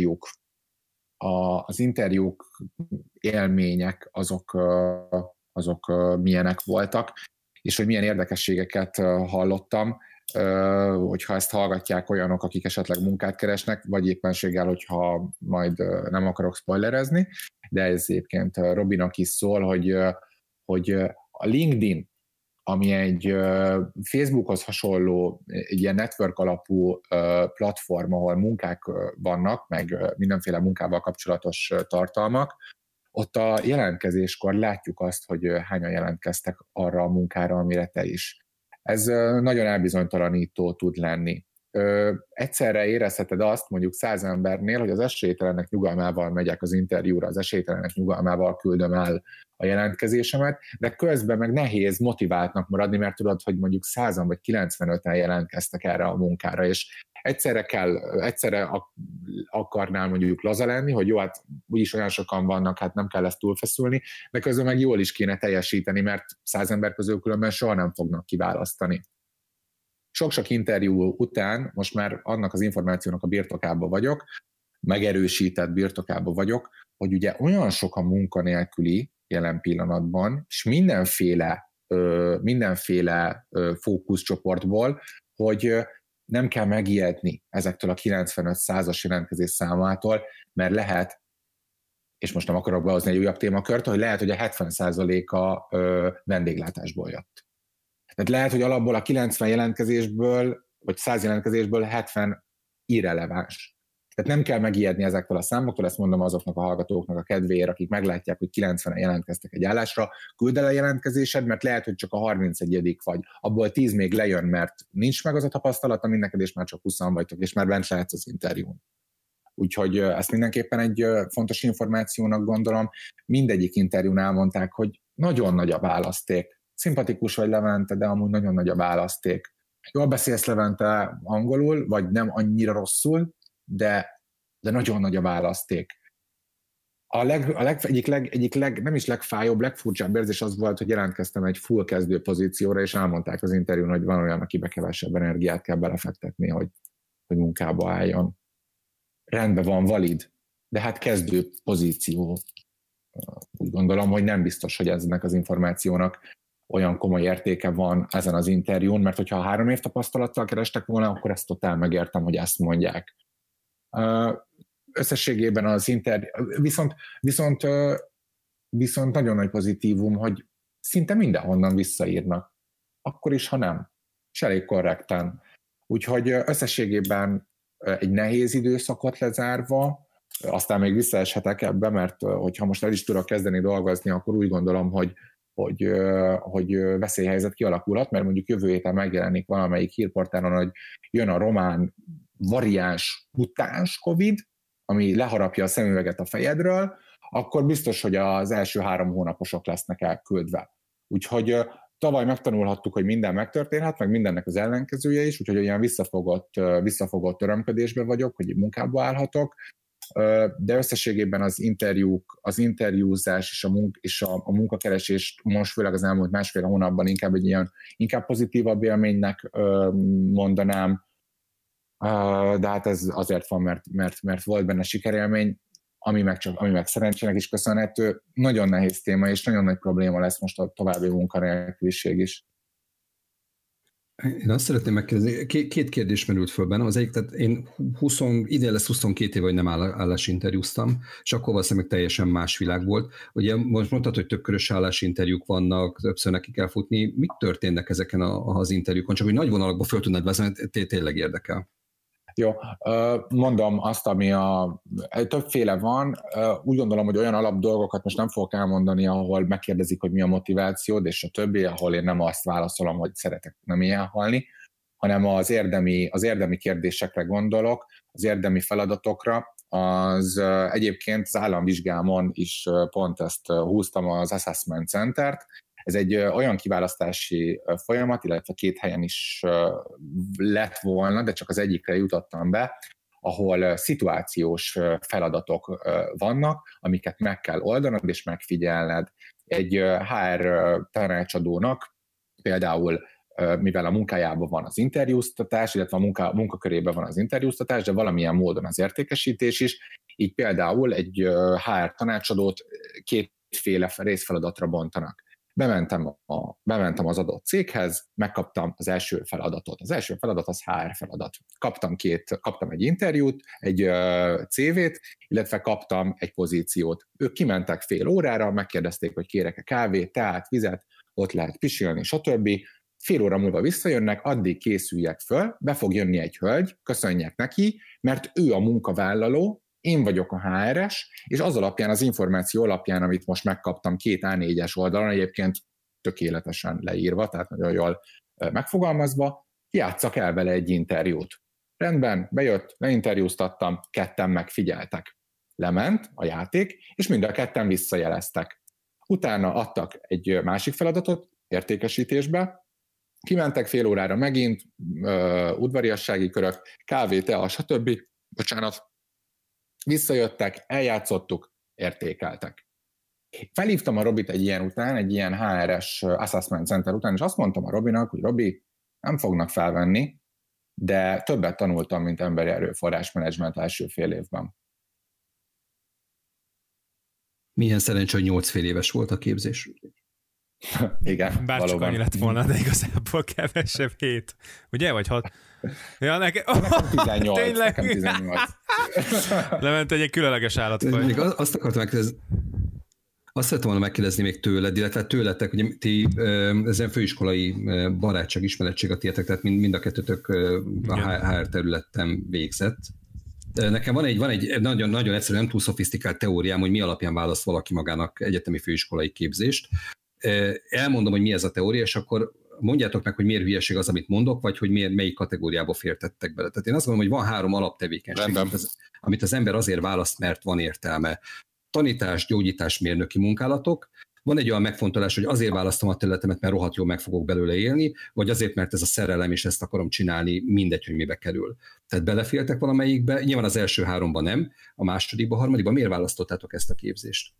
interjúk élmények azok milyenek voltak, és hogy milyen érdekességeket hallottam, hogyha ezt hallgatják olyanok, akik esetleg munkát keresnek, vagy éppenséggel, hogyha majd nem akarok spoilerezni, de ez egyébként Robinak is szól, hogy a LinkedIn, ami egy Facebookhoz hasonló, egy ilyen network alapú platform, ahol munkák vannak, meg mindenféle munkával kapcsolatos tartalmak, ott a jelentkezéskor látjuk azt, hogy hányan jelentkeztek arra a munkára, amire te is. Ez nagyon elbizonytalanító tud lenni. Egyszerre érezheted azt mondjuk 100 embernél, hogy az esélytelenek nyugalmával megyek az interjúra, az esélytelenek nyugalmával küldöm el a jelentkezésemet, de közben meg nehéz motiváltnak maradni, mert tudod, hogy mondjuk 100-an vagy 95-en jelentkeztek erre a munkára, és egyszerre akarnál mondjuk laza lenni, hogy jó, hát úgyis olyan sokan vannak, hát nem kell ezt túlfeszülni, de közben meg jól is kéne teljesíteni, mert 100 ember közül különben soha nem fognak kiválasztani. Sok-sok interjú után most már annak az információnak a birtokában vagyok, megerősített birtokában vagyok, hogy ugye olyan sok a munkanélküli jelen pillanatban, és mindenféle fókuszcsoportból, hogy nem kell megijedni ezektől a 95-100-as jelentkezés számától, mert lehet, és most nem akarok behozni egy újabb témakört, hogy lehet, hogy a 70%-a vendéglátásból jött. Tehát lehet, hogy alapból a 90 jelentkezésből, vagy 100 jelentkezésből 70 irreleváns. Tehát nem kell megijedni ezektől a számoktól, ezt mondom azoknak a hallgatóknak a kedvéért, akik meglátják, hogy 90-en jelentkeztek egy állásra, küld el a jelentkezésed, mert lehet, hogy csak a 31. vagy, abból 10 még lejön, mert nincs meg az a tapasztalata, mind neked, és már csak 20 vagytok, és már bent lehetsz az interjún. Úgyhogy ezt mindenképpen egy fontos információnak gondolom. Mindegyik interjún elmondták, hogy nagyon nagy a választék. Szimpatikus vagy, Levente, de amúgy nagyon nagy a választék. Jól beszélsz, Levente, angolul, vagy nem annyira rosszul, de nagyon nagy a választék. Egyik nem is legfájóbb, legfurcsább érzés az volt, hogy jelentkeztem egy full kezdő pozícióra, és elmondták az interjún, hogy van olyan, akibe kevesebb energiát kell belefektetni, hogy munkába álljon. Rendben van, valid, de hát kezdő pozíció. Úgy gondolom, hogy nem biztos, hogy ennek az információnak olyan komoly értéke van ezen az interjún, mert hogyha 3 év tapasztalattal kerestek volna, akkor ezt totál megértem, hogy ezt mondják. Összességében az interjú, viszont nagyon nagy pozitívum, hogy szinte mindenhonnan visszaírnak. Akkor is, ha nem. És elég korrekten. Úgyhogy összességében egy nehéz időszakot lezárva, aztán még visszaeshetek ebbe, mert hogyha most el is tudok kezdeni dolgozni, akkor úgy gondolom, hogy veszélyhelyzet kialakulhat, mert mondjuk jövő héten megjelenik valamelyik hírportálon, hogy jön a román variáns mutáns Covid, ami leharapja a szemüveget a fejedről, akkor biztos, hogy az első 3 hónaposok lesznek elküldve. Úgyhogy tavaly megtanulhattuk, hogy minden megtörténhet, meg mindennek az ellenkezője is, úgyhogy olyan visszafogott örömködésben vagyok, hogy munkába állhatok, de összességében az interjúzás és a munkakeresés most főleg az elmúlt 1,5 hónapban inkább pozitívabb élménynek mondanám, de hát ez azért van, mert volt benne sikerélmény, ami meg szerencsének is köszönhető. Nagyon nehéz téma, és nagyon nagy probléma lesz most a további munkanélküliség is. Én azt szeretném megkérdezni, 2 kérdés merült föl bennem. Az egyik, tehát én idén lesz 22 év, hogy nem állásinterjúztam, és akkor valószínűleg teljesen más világ volt. Ugye most mondtad, hogy többkörös állásinterjúk vannak, többször neki kell futni. Mit történnek ezeken az interjúkon? Csak hogy nagy vonalakban föl tudnád vezetni, tényleg érdekel. Jó, mondom azt, ami többféle van. Úgy gondolom, hogy olyan alap dolgokat most nem fogok elmondani, ahol megkérdezik, hogy mi a motivációd, és a többi, ahol én nem azt válaszolom, hogy szeretek nem ilyen halni, hanem az érdemi kérdésekre gondolok, az érdemi feladatokra. Az egyébként az államvizsgámon is pont ezt húztam, az Assessment Centert. Ez egy olyan kiválasztási folyamat, illetve 2 helyen is lett volna, de csak az egyikre jutottam be, ahol szituációs feladatok vannak, amiket meg kell oldanod és megfigyelned. Egy HR tanácsadónak például, mivel a munkájában van az interjúztatás, illetve a munkakörében van az interjúztatás, de valamilyen módon az értékesítés is, így például egy HR tanácsadót 2 részfeladatra bontanak. Bementem az adott céghez, megkaptam az első feladatot. Az első feladat az HR feladat. Kaptam egy interjút, egy CV-t, illetve kaptam egy pozíciót. Ők kimentek fél órára, megkérdezték, hogy kérek-e kávét, teát, vizet, ott lehet pisilni, stb. Fél óra múlva visszajönnek, addig készüljek föl, be fog jönni egy hölgy, köszönjek neki, mert ő a munkavállaló, én vagyok a HR-es, és az alapján, az információ alapján, amit most megkaptam 2 A4-es oldalon, egyébként tökéletesen leírva, tehát nagyon jól megfogalmazva, játsszak el vele egy interjút. Rendben, bejött, leinterjúztattam, 2 megfigyeltek. Lement a játék, és mind a 2 visszajeleztek. Utána adtak egy másik feladatot értékesítésbe, kimentek fél órára megint, udvariassági körök, kávé, tea, stb. Visszajöttek, eljátszottuk, értékeltek. Felhívtam a Robit egy ilyen HR-es Assessment Center után, és azt mondtam a Robinak, hogy Robi, nem fognak felvenni, de többet tanultam, mint emberi erőforrás menedzsment első fél évben. Milyen szerencsé, hogy 8 fél éves volt a képzés. Igen, bár csak annyi lett volna, de igazából kevesebb 7. Ugye? Vagy 6? Ja, nekem 18. Tényleg? Nekem 18. Lement egy különleges állatfaj. Még azt akartam megkérdezni, azt szerettem volna megkérdezni még tőled, illetve tőletek, hogy ti ezen főiskolai barátság, ismerettség a tietek, tehát mind a kettőtök a HR területen végzett. Nekem van egy nagyon, nagyon egyszerű, nem túl szofisztikált teóriám, hogy mi alapján választ valaki magának egyetemi főiskolai képzést. Elmondom, hogy mi ez a teória, és akkor mondjátok meg, hogy miért hülyeség az, amit mondok, vagy hogy melyik kategóriába fértettek bele. Tehát én azt gondolom, hogy van 3 alaptevékenység, amit az ember azért választ, mert van értelme. Tanítás, gyógyítás, mérnöki munkálatok. Van egy olyan megfontolás, hogy azért választom a területemet, mert rohadt jól meg fogok belőle élni, vagy azért, mert ez a szerelem, és ezt akarom csinálni, mindegy, hogy mibe kerül. Tehát beleféltek valamelyikbe, nyilván az első 3-ban nem, a másodikban, a harmadikban miért választottátok ezt a képzést?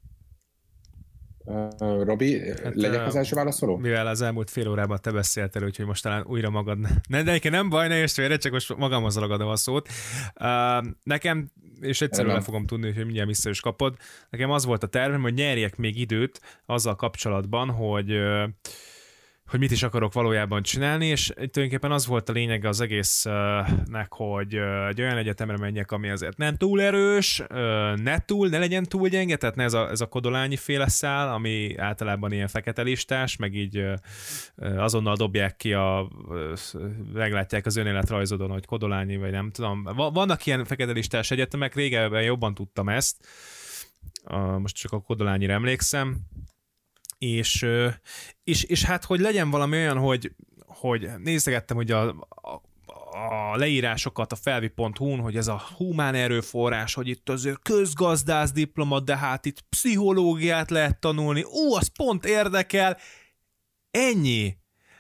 Robi, legyek az első válaszoló? Mivel az elmúlt fél órában te beszéltél, úgyhogy most talán újra magad... De egyébként nem baj, ne érts félre, csak most magamhoz ragadom a szót. Nekem, és egyszerűen le fogom tudni, hogy mindjárt vissza is kapod, nekem az volt a tervem, hogy nyerjek még időt azzal kapcsolatban, hogy mit is akarok valójában csinálni, és tulajdonképpen az volt a lényege az egésznek, hogy egy olyan egyetemre menjek, ami azért nem túl erős, ne legyen túl gyenge, tehát ne ez a kodolányi féle szál, ami általában ilyen fekete listás, meg így azonnal dobják ki meglátják az önéletrajzodon, hogy kodolányi, vagy nem tudom. Vannak ilyen fekete listás egyetemek, régebben jobban tudtam ezt, most csak a kodolányira emlékszem, és hát, hogy legyen valami olyan, hogy nézegettem, hogy a leírásokat a felvi.hu-n, hogy ez a humán erőforrás, hogy itt azért közgazdász diploma, de hát itt pszichológiát lehet tanulni, az pont érdekel, ennyi,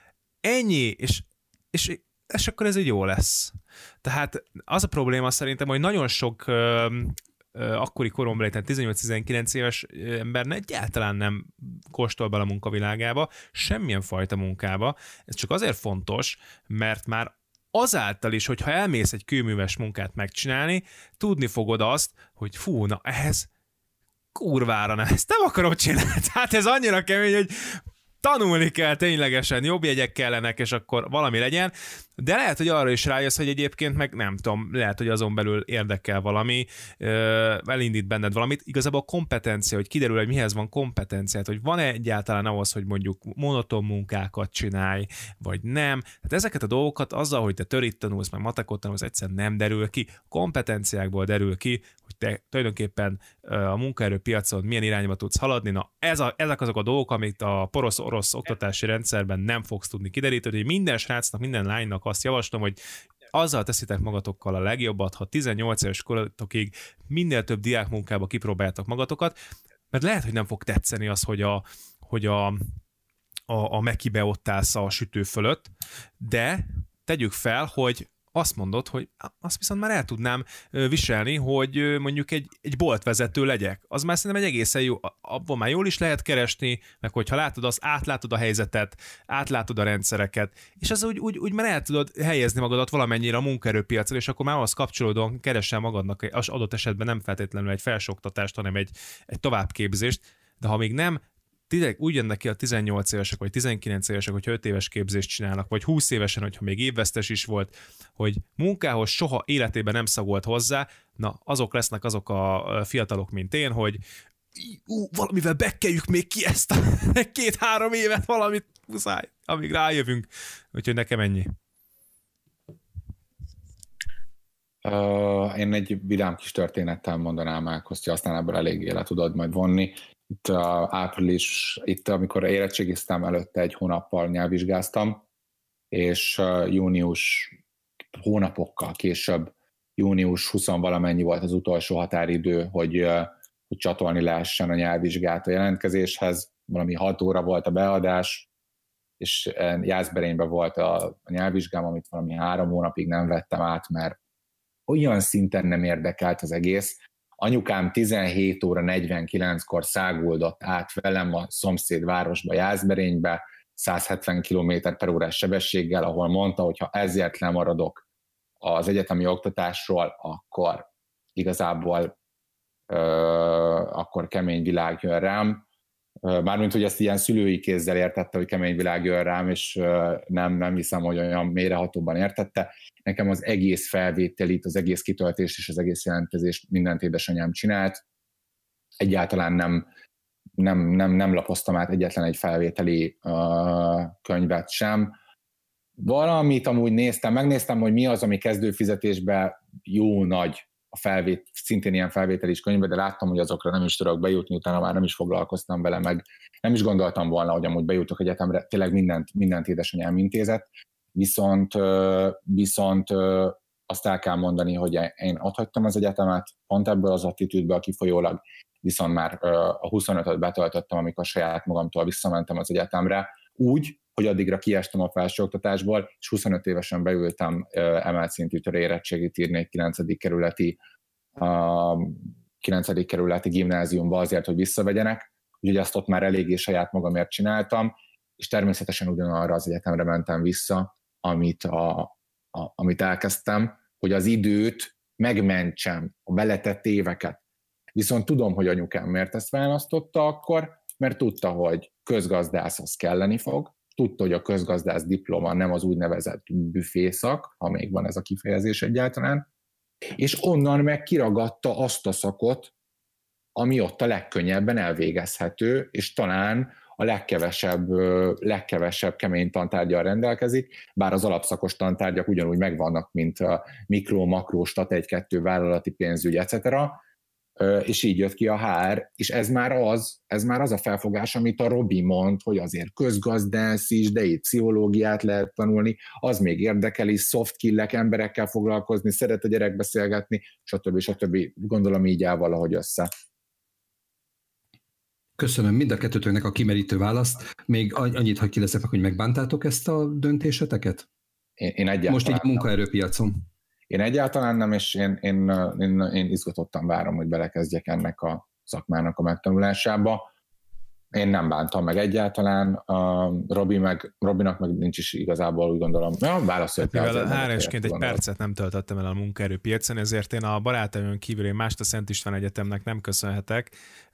és akkor ez így jó lesz. Tehát az a probléma szerintem, hogy nagyon sok akkori koromban, tehát 18-19 éves ember egyáltalán nem kóstol bele a munkavilágába, semmilyen fajta munkába. Ez csak azért fontos, mert már azáltal is, hogyha elmész egy kőműves munkát megcsinálni, tudni fogod azt, hogy fú, na ehhez kurvára nem, ezt nem akarom csinálni. Tehát ez annyira kemény, hogy tanulni kell ténylegesen, jobb jegyek kellenek, és akkor valami legyen, de lehet, hogy arra is rájössz, hogy egyébként meg nem tudom, lehet, hogy azon belül érdekel valami, elindít benned valamit. Igazából a kompetencia, hogy kiderül, hogy mihez van kompetenciát, hogy van-e egyáltalán ahhoz, hogy mondjuk monoton munkákat csinálj, vagy nem. Tehát ezeket a dolgokat azzal, hogy te törít tanulsz, meg matekot tanulsz, egyszerűen nem derül ki. A kompetenciákból derül ki, hogy te tulajdonképpen a munkaerőpiacon milyen irányba tudsz haladni. Na, ezek azok a dolgok, amit a porosz-orosz oktatási rendszerben nem fogsz tudni kideríteni, hogy minden srácnak, minden lánynak azt javaslom, hogy azzal teszitek magatokkal a legjobbat, ha 18 éves koratokig minél több diákmunkába kipróbáljátok magatokat, mert lehet, hogy nem fog tetszeni az, hogy a Mekibe ott állsz a sütő fölött, de tegyük fel, hogy azt mondod, hogy azt viszont már el tudnám viselni, hogy mondjuk egy boltvezető legyek. Az már szerintem egy egészen jó, abban már jól is lehet keresni, meg hogyha látod azt, átlátod a helyzetet, átlátod a rendszereket, és az úgy már el tudod helyezni magadat valamennyire a munkaerőpiacra, és akkor már ahhoz kapcsolódóan keresel magadnak az adott esetben nem feltétlenül egy felsőoktatást, hanem egy továbbképzést, de ha még nem, úgy jönnek ki a 18 évesek, vagy 19 évesek, hogyha 5 éves képzést csinálnak, vagy 20 évesen, hogyha még évvesztes is volt, hogy munkához soha életében nem szagolt hozzá, na azok lesznek azok a fiatalok, mint én, hogy valamivel bekkeljük még ki ezt a 2-3 évet, valamit muszáj, amíg rájövünk. Úgyhogy nekem ennyi. Én egy vidám kis történettel mondanám el, Kostya, aztán ebből eléggé le tudod majd vonni. Itt amikor érettségiztem, előtte egy hónappal nyelvvizsgáztam, és június hónapokkal később, június 20 valamennyi volt az utolsó határidő, hogy csatolni lehessen a nyelvvizsgát a jelentkezéshez. Valami 6 óra volt a beadás, és Jászberényben volt a nyelvvizsgám, amit valami 3 hónapig nem vettem át, mert olyan szinten nem érdekelt az egész. Anyukám 17 óra 49-kor száguldott át velem a szomszéd városba, Jászberénybe, 170 km/h sebességgel, ahol mondta, hogy ha ezért lemaradok az egyetemi oktatásról, akkor igazából akkor kemény világ jön rám. Mármint, hogy ezt ilyen szülői kézzel értette, hogy kemény világ jön rám, és nem hiszem, hogy olyan mélyrehatóban értette. Nekem az egész felvételit, az egész kitöltést és az egész jelentkezést mindent édesanyám csinált. Egyáltalán nem lapoztam át egyetlen egy felvételi könyvet sem. Valamit amúgy megnéztem, hogy mi az, ami kezdőfizetésben jó nagy szintén ilyen felvételis könyvben, de láttam, hogy azokra nem is tudok bejutni, utána már nem is foglalkoztam vele, meg nem is gondoltam volna, hogy amúgy bejutok egyetemre, tényleg mindent édesanyám intézett, viszont azt el kell mondani, hogy én otthagytam az egyetemet, pont ebből az attitűdből kifolyólag, viszont már a 25-öt betöltöttem, amikor saját magamtól visszamentem az egyetemre, úgy, hogy addigra kiestem a felsőoktatásból, és 25 évesen beültem emelt szintű érettségit írni egy 9. kerületi gimnáziumba azért, hogy visszavegyenek, úgyhogy azt ott már eléggé saját magamért csináltam, és természetesen ugyanarra az egyetemre mentem vissza, amit elkezdtem, hogy az időt megmentsem, a beletett éveket. Viszont tudom, hogy anyukám miért ezt választotta akkor, mert tudta, hogy közgazdász az kelleni fog, tudta, hogy a közgazdász diploma nem az úgynevezett büfészak, ha még van ez a kifejezés egyáltalán, és onnan meg kiragadta azt a szakot, ami ott a legkönnyebben elvégezhető, és talán a legkevesebb kemény tantárgyal rendelkezik, bár az alapszakos tantárgyak ugyanúgy megvannak, mint a mikro, makro, stat 1-2 vállalati pénzügy, etc., és így jött ki a HR, és ez már az a felfogás, amit a Robi mond, hogy azért közgazdász is, de itt pszichológiát lehet tanulni, az még érdekel is, soft skillek, emberekkel foglalkozni, szeret a gyerek beszélgetni, stb. Gondolom így áll valahogy össze. Köszönöm mind a kettőtöknek a kimerítő választ. Még annyit hadd kérdezzek meg, hogy megbántátok ezt a döntéseteket? Én egyáltalán most így a munkaerőpiacon. Én egyáltalán nem, és én izgatottan várom, hogy belekezdjek ennek a szakmának a megtanulásába. Én nem bántam meg egyáltalán, Robinak meg nincs is igazából, úgy gondolom. Válaszolj. Mivel HR-esként egy percet nem töltöttem el a munkaerőpiacon, ezért én a barátaimon kívül mást a Szent István Egyetemnek nem köszönhetek.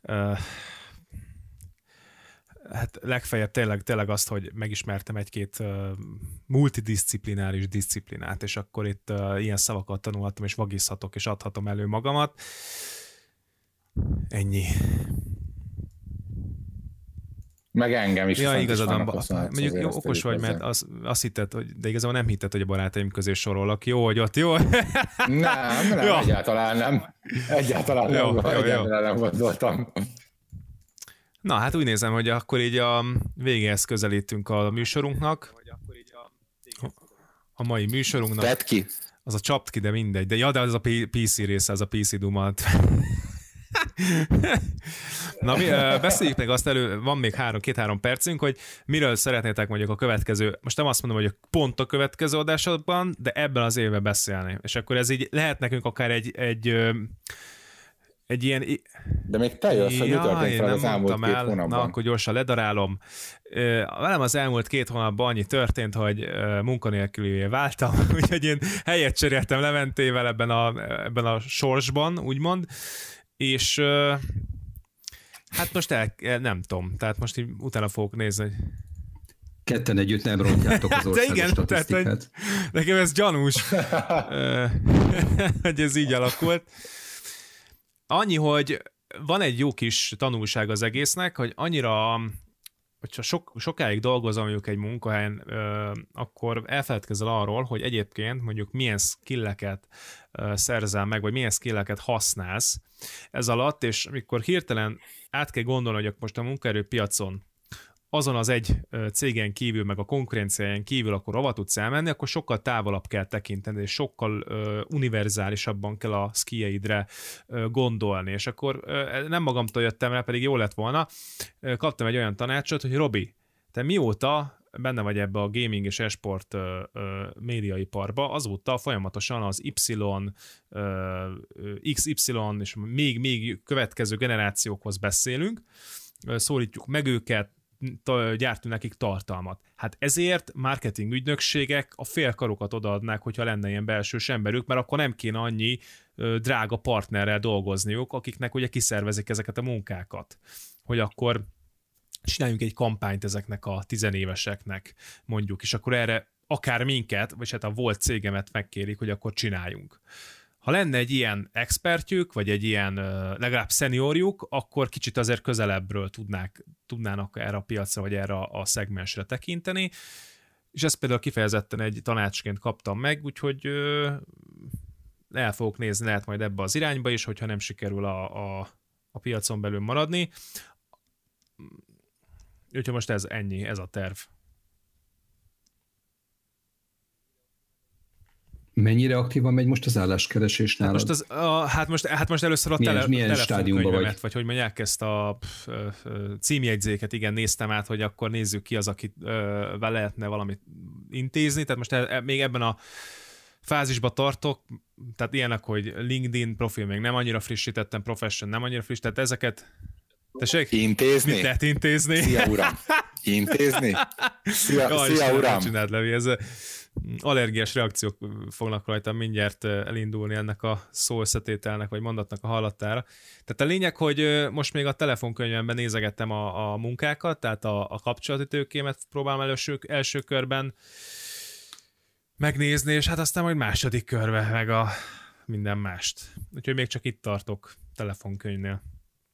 Hát legfeljebb tényleg azt, hogy megismertem egy-két multidisciplináris disziplinát, és akkor itt ilyen szavakat tanulhattam, és vagizhatok, és adhatom elő magamat. Ennyi. Meg engem is. Ja, igazad, mondjuk jó, okos vagy, mert azt hitted, de igazából nem hitted, hogy a barátaim közé sorolok. Jó, hogy ott jó. Nem, ja. Egyáltalán nem. Egyáltalán nem gondoltam. Na, hát úgy nézem, hogy akkor így a végéhez közelítünk a műsorunknak. A mai műsorunknak. Tedd ki. Az a csapd ki, de mindegy. De az a PC része, az a PC dumat. Na, beszéljük meg azt van még 2-3 percünk, hogy miről szeretnétek mondjuk a következő, most nem azt mondom, hogy pont a következő adásodban, de ebben az évben beszélni. És akkor ez így lehet nekünk akár egy ilyen... De még te jössz, hogy mi történt fel az elmúlt 2 hónapban. Na, akkor gyorsan ledarálom. Velem az elmúlt 2 hónapban annyi történt, hogy munkanélkülivé váltam, úgyhogy én helyet cseréltem Leventével ebben a sorsban, úgymond, és hát most nem tudom, tehát most így utána fogok nézni, hogy... Ketten együtt nem rontjátok az országos igen, statisztikát. Tehát, nekem ez gyanús, hogy ez így alakult. Annyi, hogy van egy jó kis tanulság az egésznek, hogy annyira, hogyha sokáig dolgozom mondjuk egy munkahelyen, akkor elfeledkezel arról, hogy egyébként mondjuk milyen skilleket szerzel meg, vagy milyen skilleket használsz ez alatt, és amikor hirtelen át kell gondolni, hogy most a munkaerőpiacon azon az egy cégen kívül, meg a konkurenciáján kívül akkor hova tudsz elmenni, akkor sokkal távolabb kell tekinteni, és sokkal univerzálisabban kell a skilleidre gondolni. És akkor nem magamtól jöttem rá, pedig jó lett volna. Kaptam egy olyan tanácsot, hogy Robi, te mióta benne vagy ebbe a gaming és esport médiaiparba, azóta folyamatosan az XY és még következő generációkhoz beszélünk, szólítjuk meg őket, gyártunk nekik tartalmat. Hát ezért marketing ügynökségek a félkarokat odaadnák, hogyha lenne ilyen belsős emberük, mert akkor nem kéne annyi drága partnerrel dolgozniuk, akiknek ugye kiszervezik ezeket a munkákat. Hogy akkor csináljunk egy kampányt ezeknek a tizenéveseknek, mondjuk, és akkor erre akár minket, vagy hát a volt cégemet megkérik, hogy akkor csináljunk. Ha lenne egy ilyen expertjük, vagy egy ilyen legalább szeniorjuk, akkor kicsit azért közelebbről tudnának erre a piacra, vagy erre a szegmensre tekinteni. És ezt például kifejezetten egy tanácsként kaptam meg, úgyhogy el fogok nézni, lehet majd ebbe az irányba is, hogyha nem sikerül a piacon belül maradni. Úgyhogy most ez ennyi, ez a terv. Mennyire aktívan megy most az álláskeresés nálad? Hát most először a telefonkönyvemet, vagy hogy mondják ezt a címjegyzéket, igen, néztem át, hogy akkor nézzük ki az, akit lehetne valamit intézni, tehát most még ebben a fázisba tartok, tehát ilyenek, hogy LinkedIn profil még nem annyira frissítettem, Profession nem annyira friss, tehát ezeket... Tessék? Intézni? Mit lehet intézni? Szia, uram! Intézni? Szia uram! Csináld, Levi, ez allergiás reakciók fognak rajta mindjárt elindulni ennek a szó összetételnek, vagy mondatnak a hallatára. Tehát a lényeg, hogy most még a telefonkönyvemben nézegettem a munkákat, tehát a kapcsolati tőkémet próbálom első körben megnézni, és hát aztán majd második körbe meg a minden mást. Úgyhogy még csak itt tartok telefonkönyvnél.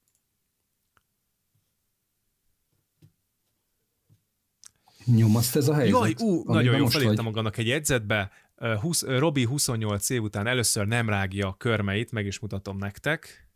Nyomaszt ez a helyzet? Jaj, nagyon jó, felírtam magamnak egy jegyzetbe. Robi 28 év után először nem rágja a körmeit, meg is mutatom nektek.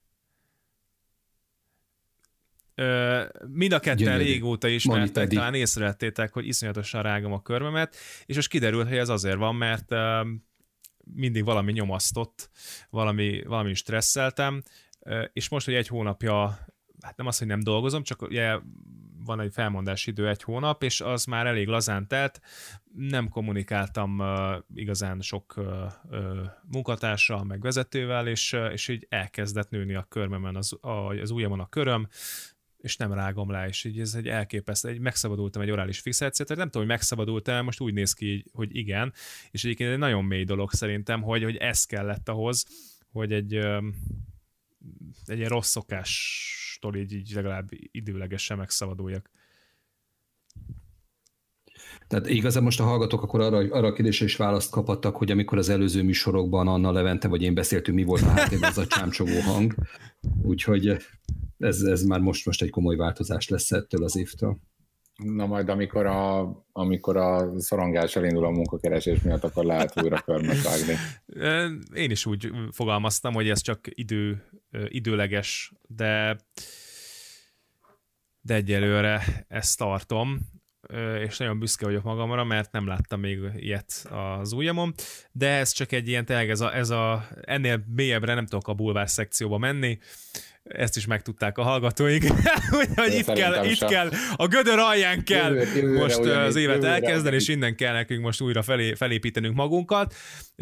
Mind a ketten régóta ismertek, talán észrevettétek, hogy iszonyatosan rágom a körmemet, és most kiderült, hogy ez azért van, mert mindig valami nyomasztott, valami stresszeltem, és most, hogy egy hónapja, hát nem az, hogy nem dolgozom, csak ugye van egy felmondási idő 1 hónap, és az már elég lazán telt, nem kommunikáltam igazán sok munkatársal, meg vezetővel, és így elkezdett nőni a körmömen, az ujjamon a köröm, és nem rágom le, és így ez egy elképesztő, megszabadultam egy orális fixációt, nem tudom, hogy megszabadultam, most úgy néz ki, hogy igen, és egyébként egy nagyon mély dolog szerintem, hogy ez kellett ahhoz, hogy egy ilyen rossz szokástól így legalább időlegesen megszabaduljak. Tehát igazán most a hallgatók akkor arra a kérdésre is választ kaphattak, hogy amikor az előző műsorokban Anna Levente vagy én beszéltünk, mi volt a háttérben az a csámcsogó hang. Úgyhogy ez már most egy komoly változás lesz ettől az évtől. Na majd amikor a szorongás elindul a munkakeresés miatt, akkor lehet újra körmet vágni. Én is úgy fogalmaztam, hogy ez csak időleges, de egyelőre ezt tartom, és nagyon büszke vagyok magamra, mert nem láttam még ilyet az ujjamon, de ez csak egy ilyen, tényleg ennél mélyebbre nem tudok a bulvár szekcióba menni, ezt is megtudták a hallgatóink, hogy itt kell, a gödör alján kell most az évet elkezdeni, és innen kell nekünk most újra felépítenünk magunkat.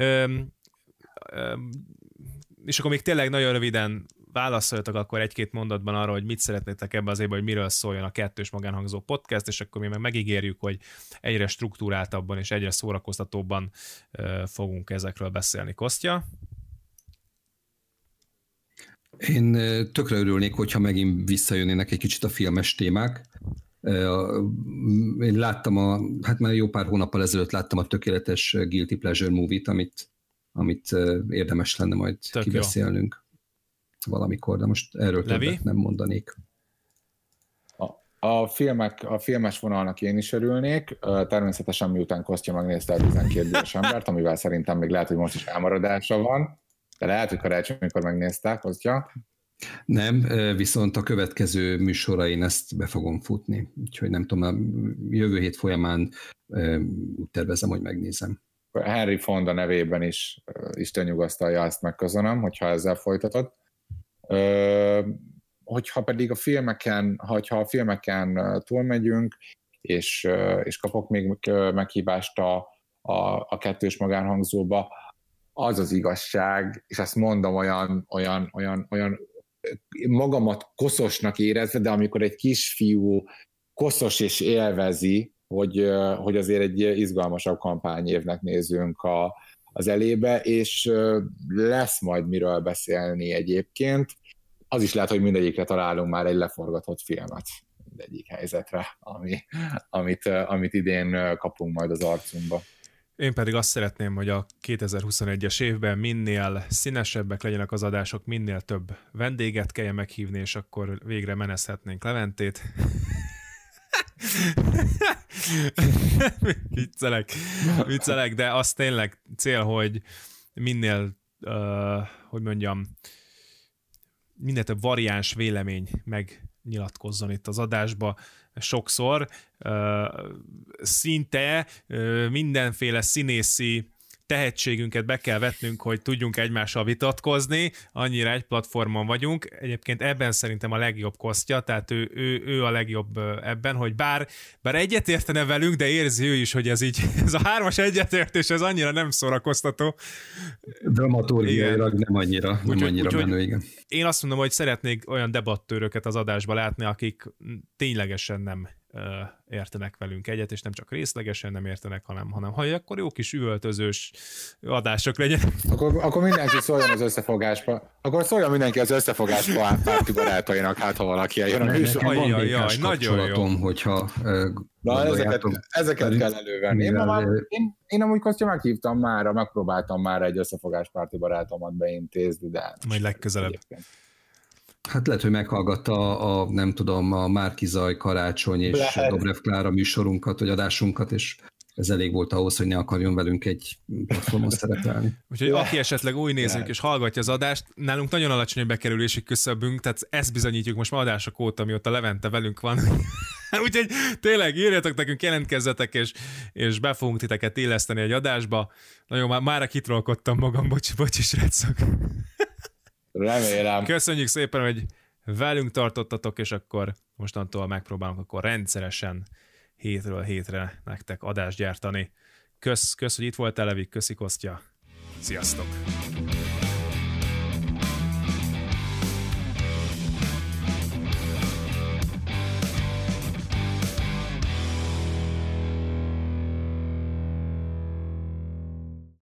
És akkor még tényleg nagyon röviden válaszoljatok akkor 1-2 mondatban arra, hogy mit szeretnétek ebben az évben, hogy miről szóljon a Kettős Magánhangzó Podcast, és akkor mi meg megígérjük, hogy egyre struktúráltabban és egyre szórakoztatóbban fogunk ezekről beszélni. Kostya? Én tökre örülnék, hogyha megint visszajönnének egy kicsit a filmes témák. Én láttam hát már jó pár hónappal ezelőtt láttam a tökéletes Guilty Pleasure movie-t, amit érdemes lenne majd kibeszélnünk valamikor, de most erről többet nem mondanék. A filmes vonalnak én is örülnék, természetesen miután Kostya megnézte a 12 éves embert, amivel szerintem még lehet, hogy most is elmaradása van, de lehet, hogy karácsonykor megnézták, Kostya. Nem, viszont a következő műsorain ezt be fogom futni, úgyhogy nem tudom, a jövő hét folyamán úgy tervezem, hogy megnézem. Henry Fonda nevében is Isten nyugasztalja, ezt megköszönöm, hogyha ezzel folytatod. Hogyha pedig a filmeken túlmegyünk, és kapok még meghívást a Kettős Magánhangzóba, az az igazság, és ezt mondom olyan magamat koszosnak érezve, de amikor egy kisfiú koszos és élvezi, hogy azért egy izgalmasabb kampányévnek nézünk az elébe, és lesz majd miről beszélni egyébként. Az is lehet, hogy mindegyikre találunk már egy leforgatott filmet, mindegyik helyzetre, amit idén kapunk majd az arcunkba. Én pedig azt szeretném, hogy a 2021-es évben minél színesebbek legyenek az adások, minél több vendéget kelljen meghívni, és akkor végre meneszhetnénk Leventét. Viccelek, de az tényleg cél, hogy minél, minél több variáns vélemény megnyilatkozzon itt az adásba. Sokszor szinte mindenféle színészi tehetségünket be kell vetnünk, hogy tudjunk egymással vitatkozni, annyira egy platformon vagyunk. Egyébként ebben szerintem a legjobb Kostya, tehát ő a legjobb ebben, hogy bár egyetértene velünk, de érzi ő is, hogy ez a hármas egyetértés, ez annyira nem szórakoztató. Dramaturgiailag nem annyira menő, igen. Én azt mondom, hogy szeretnék olyan debattőröket az adásba látni, akik ténylegesen nem értenek velünk egyet, és nem csak részlegesen nem értenek, hanem hogy akkor jó kis üvöltözős adások legyenek. Akkor mindenki szóljon az összefogásba. Akkor szóljon mindenki az összefogásba párti barátainak, hát ha valaki eljön a műsorban. Jaj, nagyon jó. Hogyha ezeket kell elővenni. Én amúgy Kostya megpróbáltam már egy összefogás párti barátomat beintézni, de... Majd legközelebb. Egyébként. Hát lehet, hogy meghallgatta a Márki Zaj, Karácsony és Dobrev Klára műsorunkat, vagy adásunkat, és ez elég volt ahhoz, hogy ne akarjon velünk egy platformon szerepelni. Úgyhogy aki esetleg új nézőnk és hallgatja az adást, nálunk nagyon alacsony bekerülési küszöbünk, tehát ezt bizonyítjuk most már adások óta, mióta Levente velünk van. Úgyhogy tényleg írjatok nekünk, jelentkezzetek, és be fogunk titeket illeszteni egy adásba. Nagyon már kitrollkodtam magam, bocsi srácok. Remélem. Köszönjük szépen, hogy velünk tartottatok, és akkor mostantól megpróbálunk akkor rendszeresen hétről hétre nektek adást gyártani. Kösz, hogy itt voltál, Levi, köszi Kostya. Sziasztok!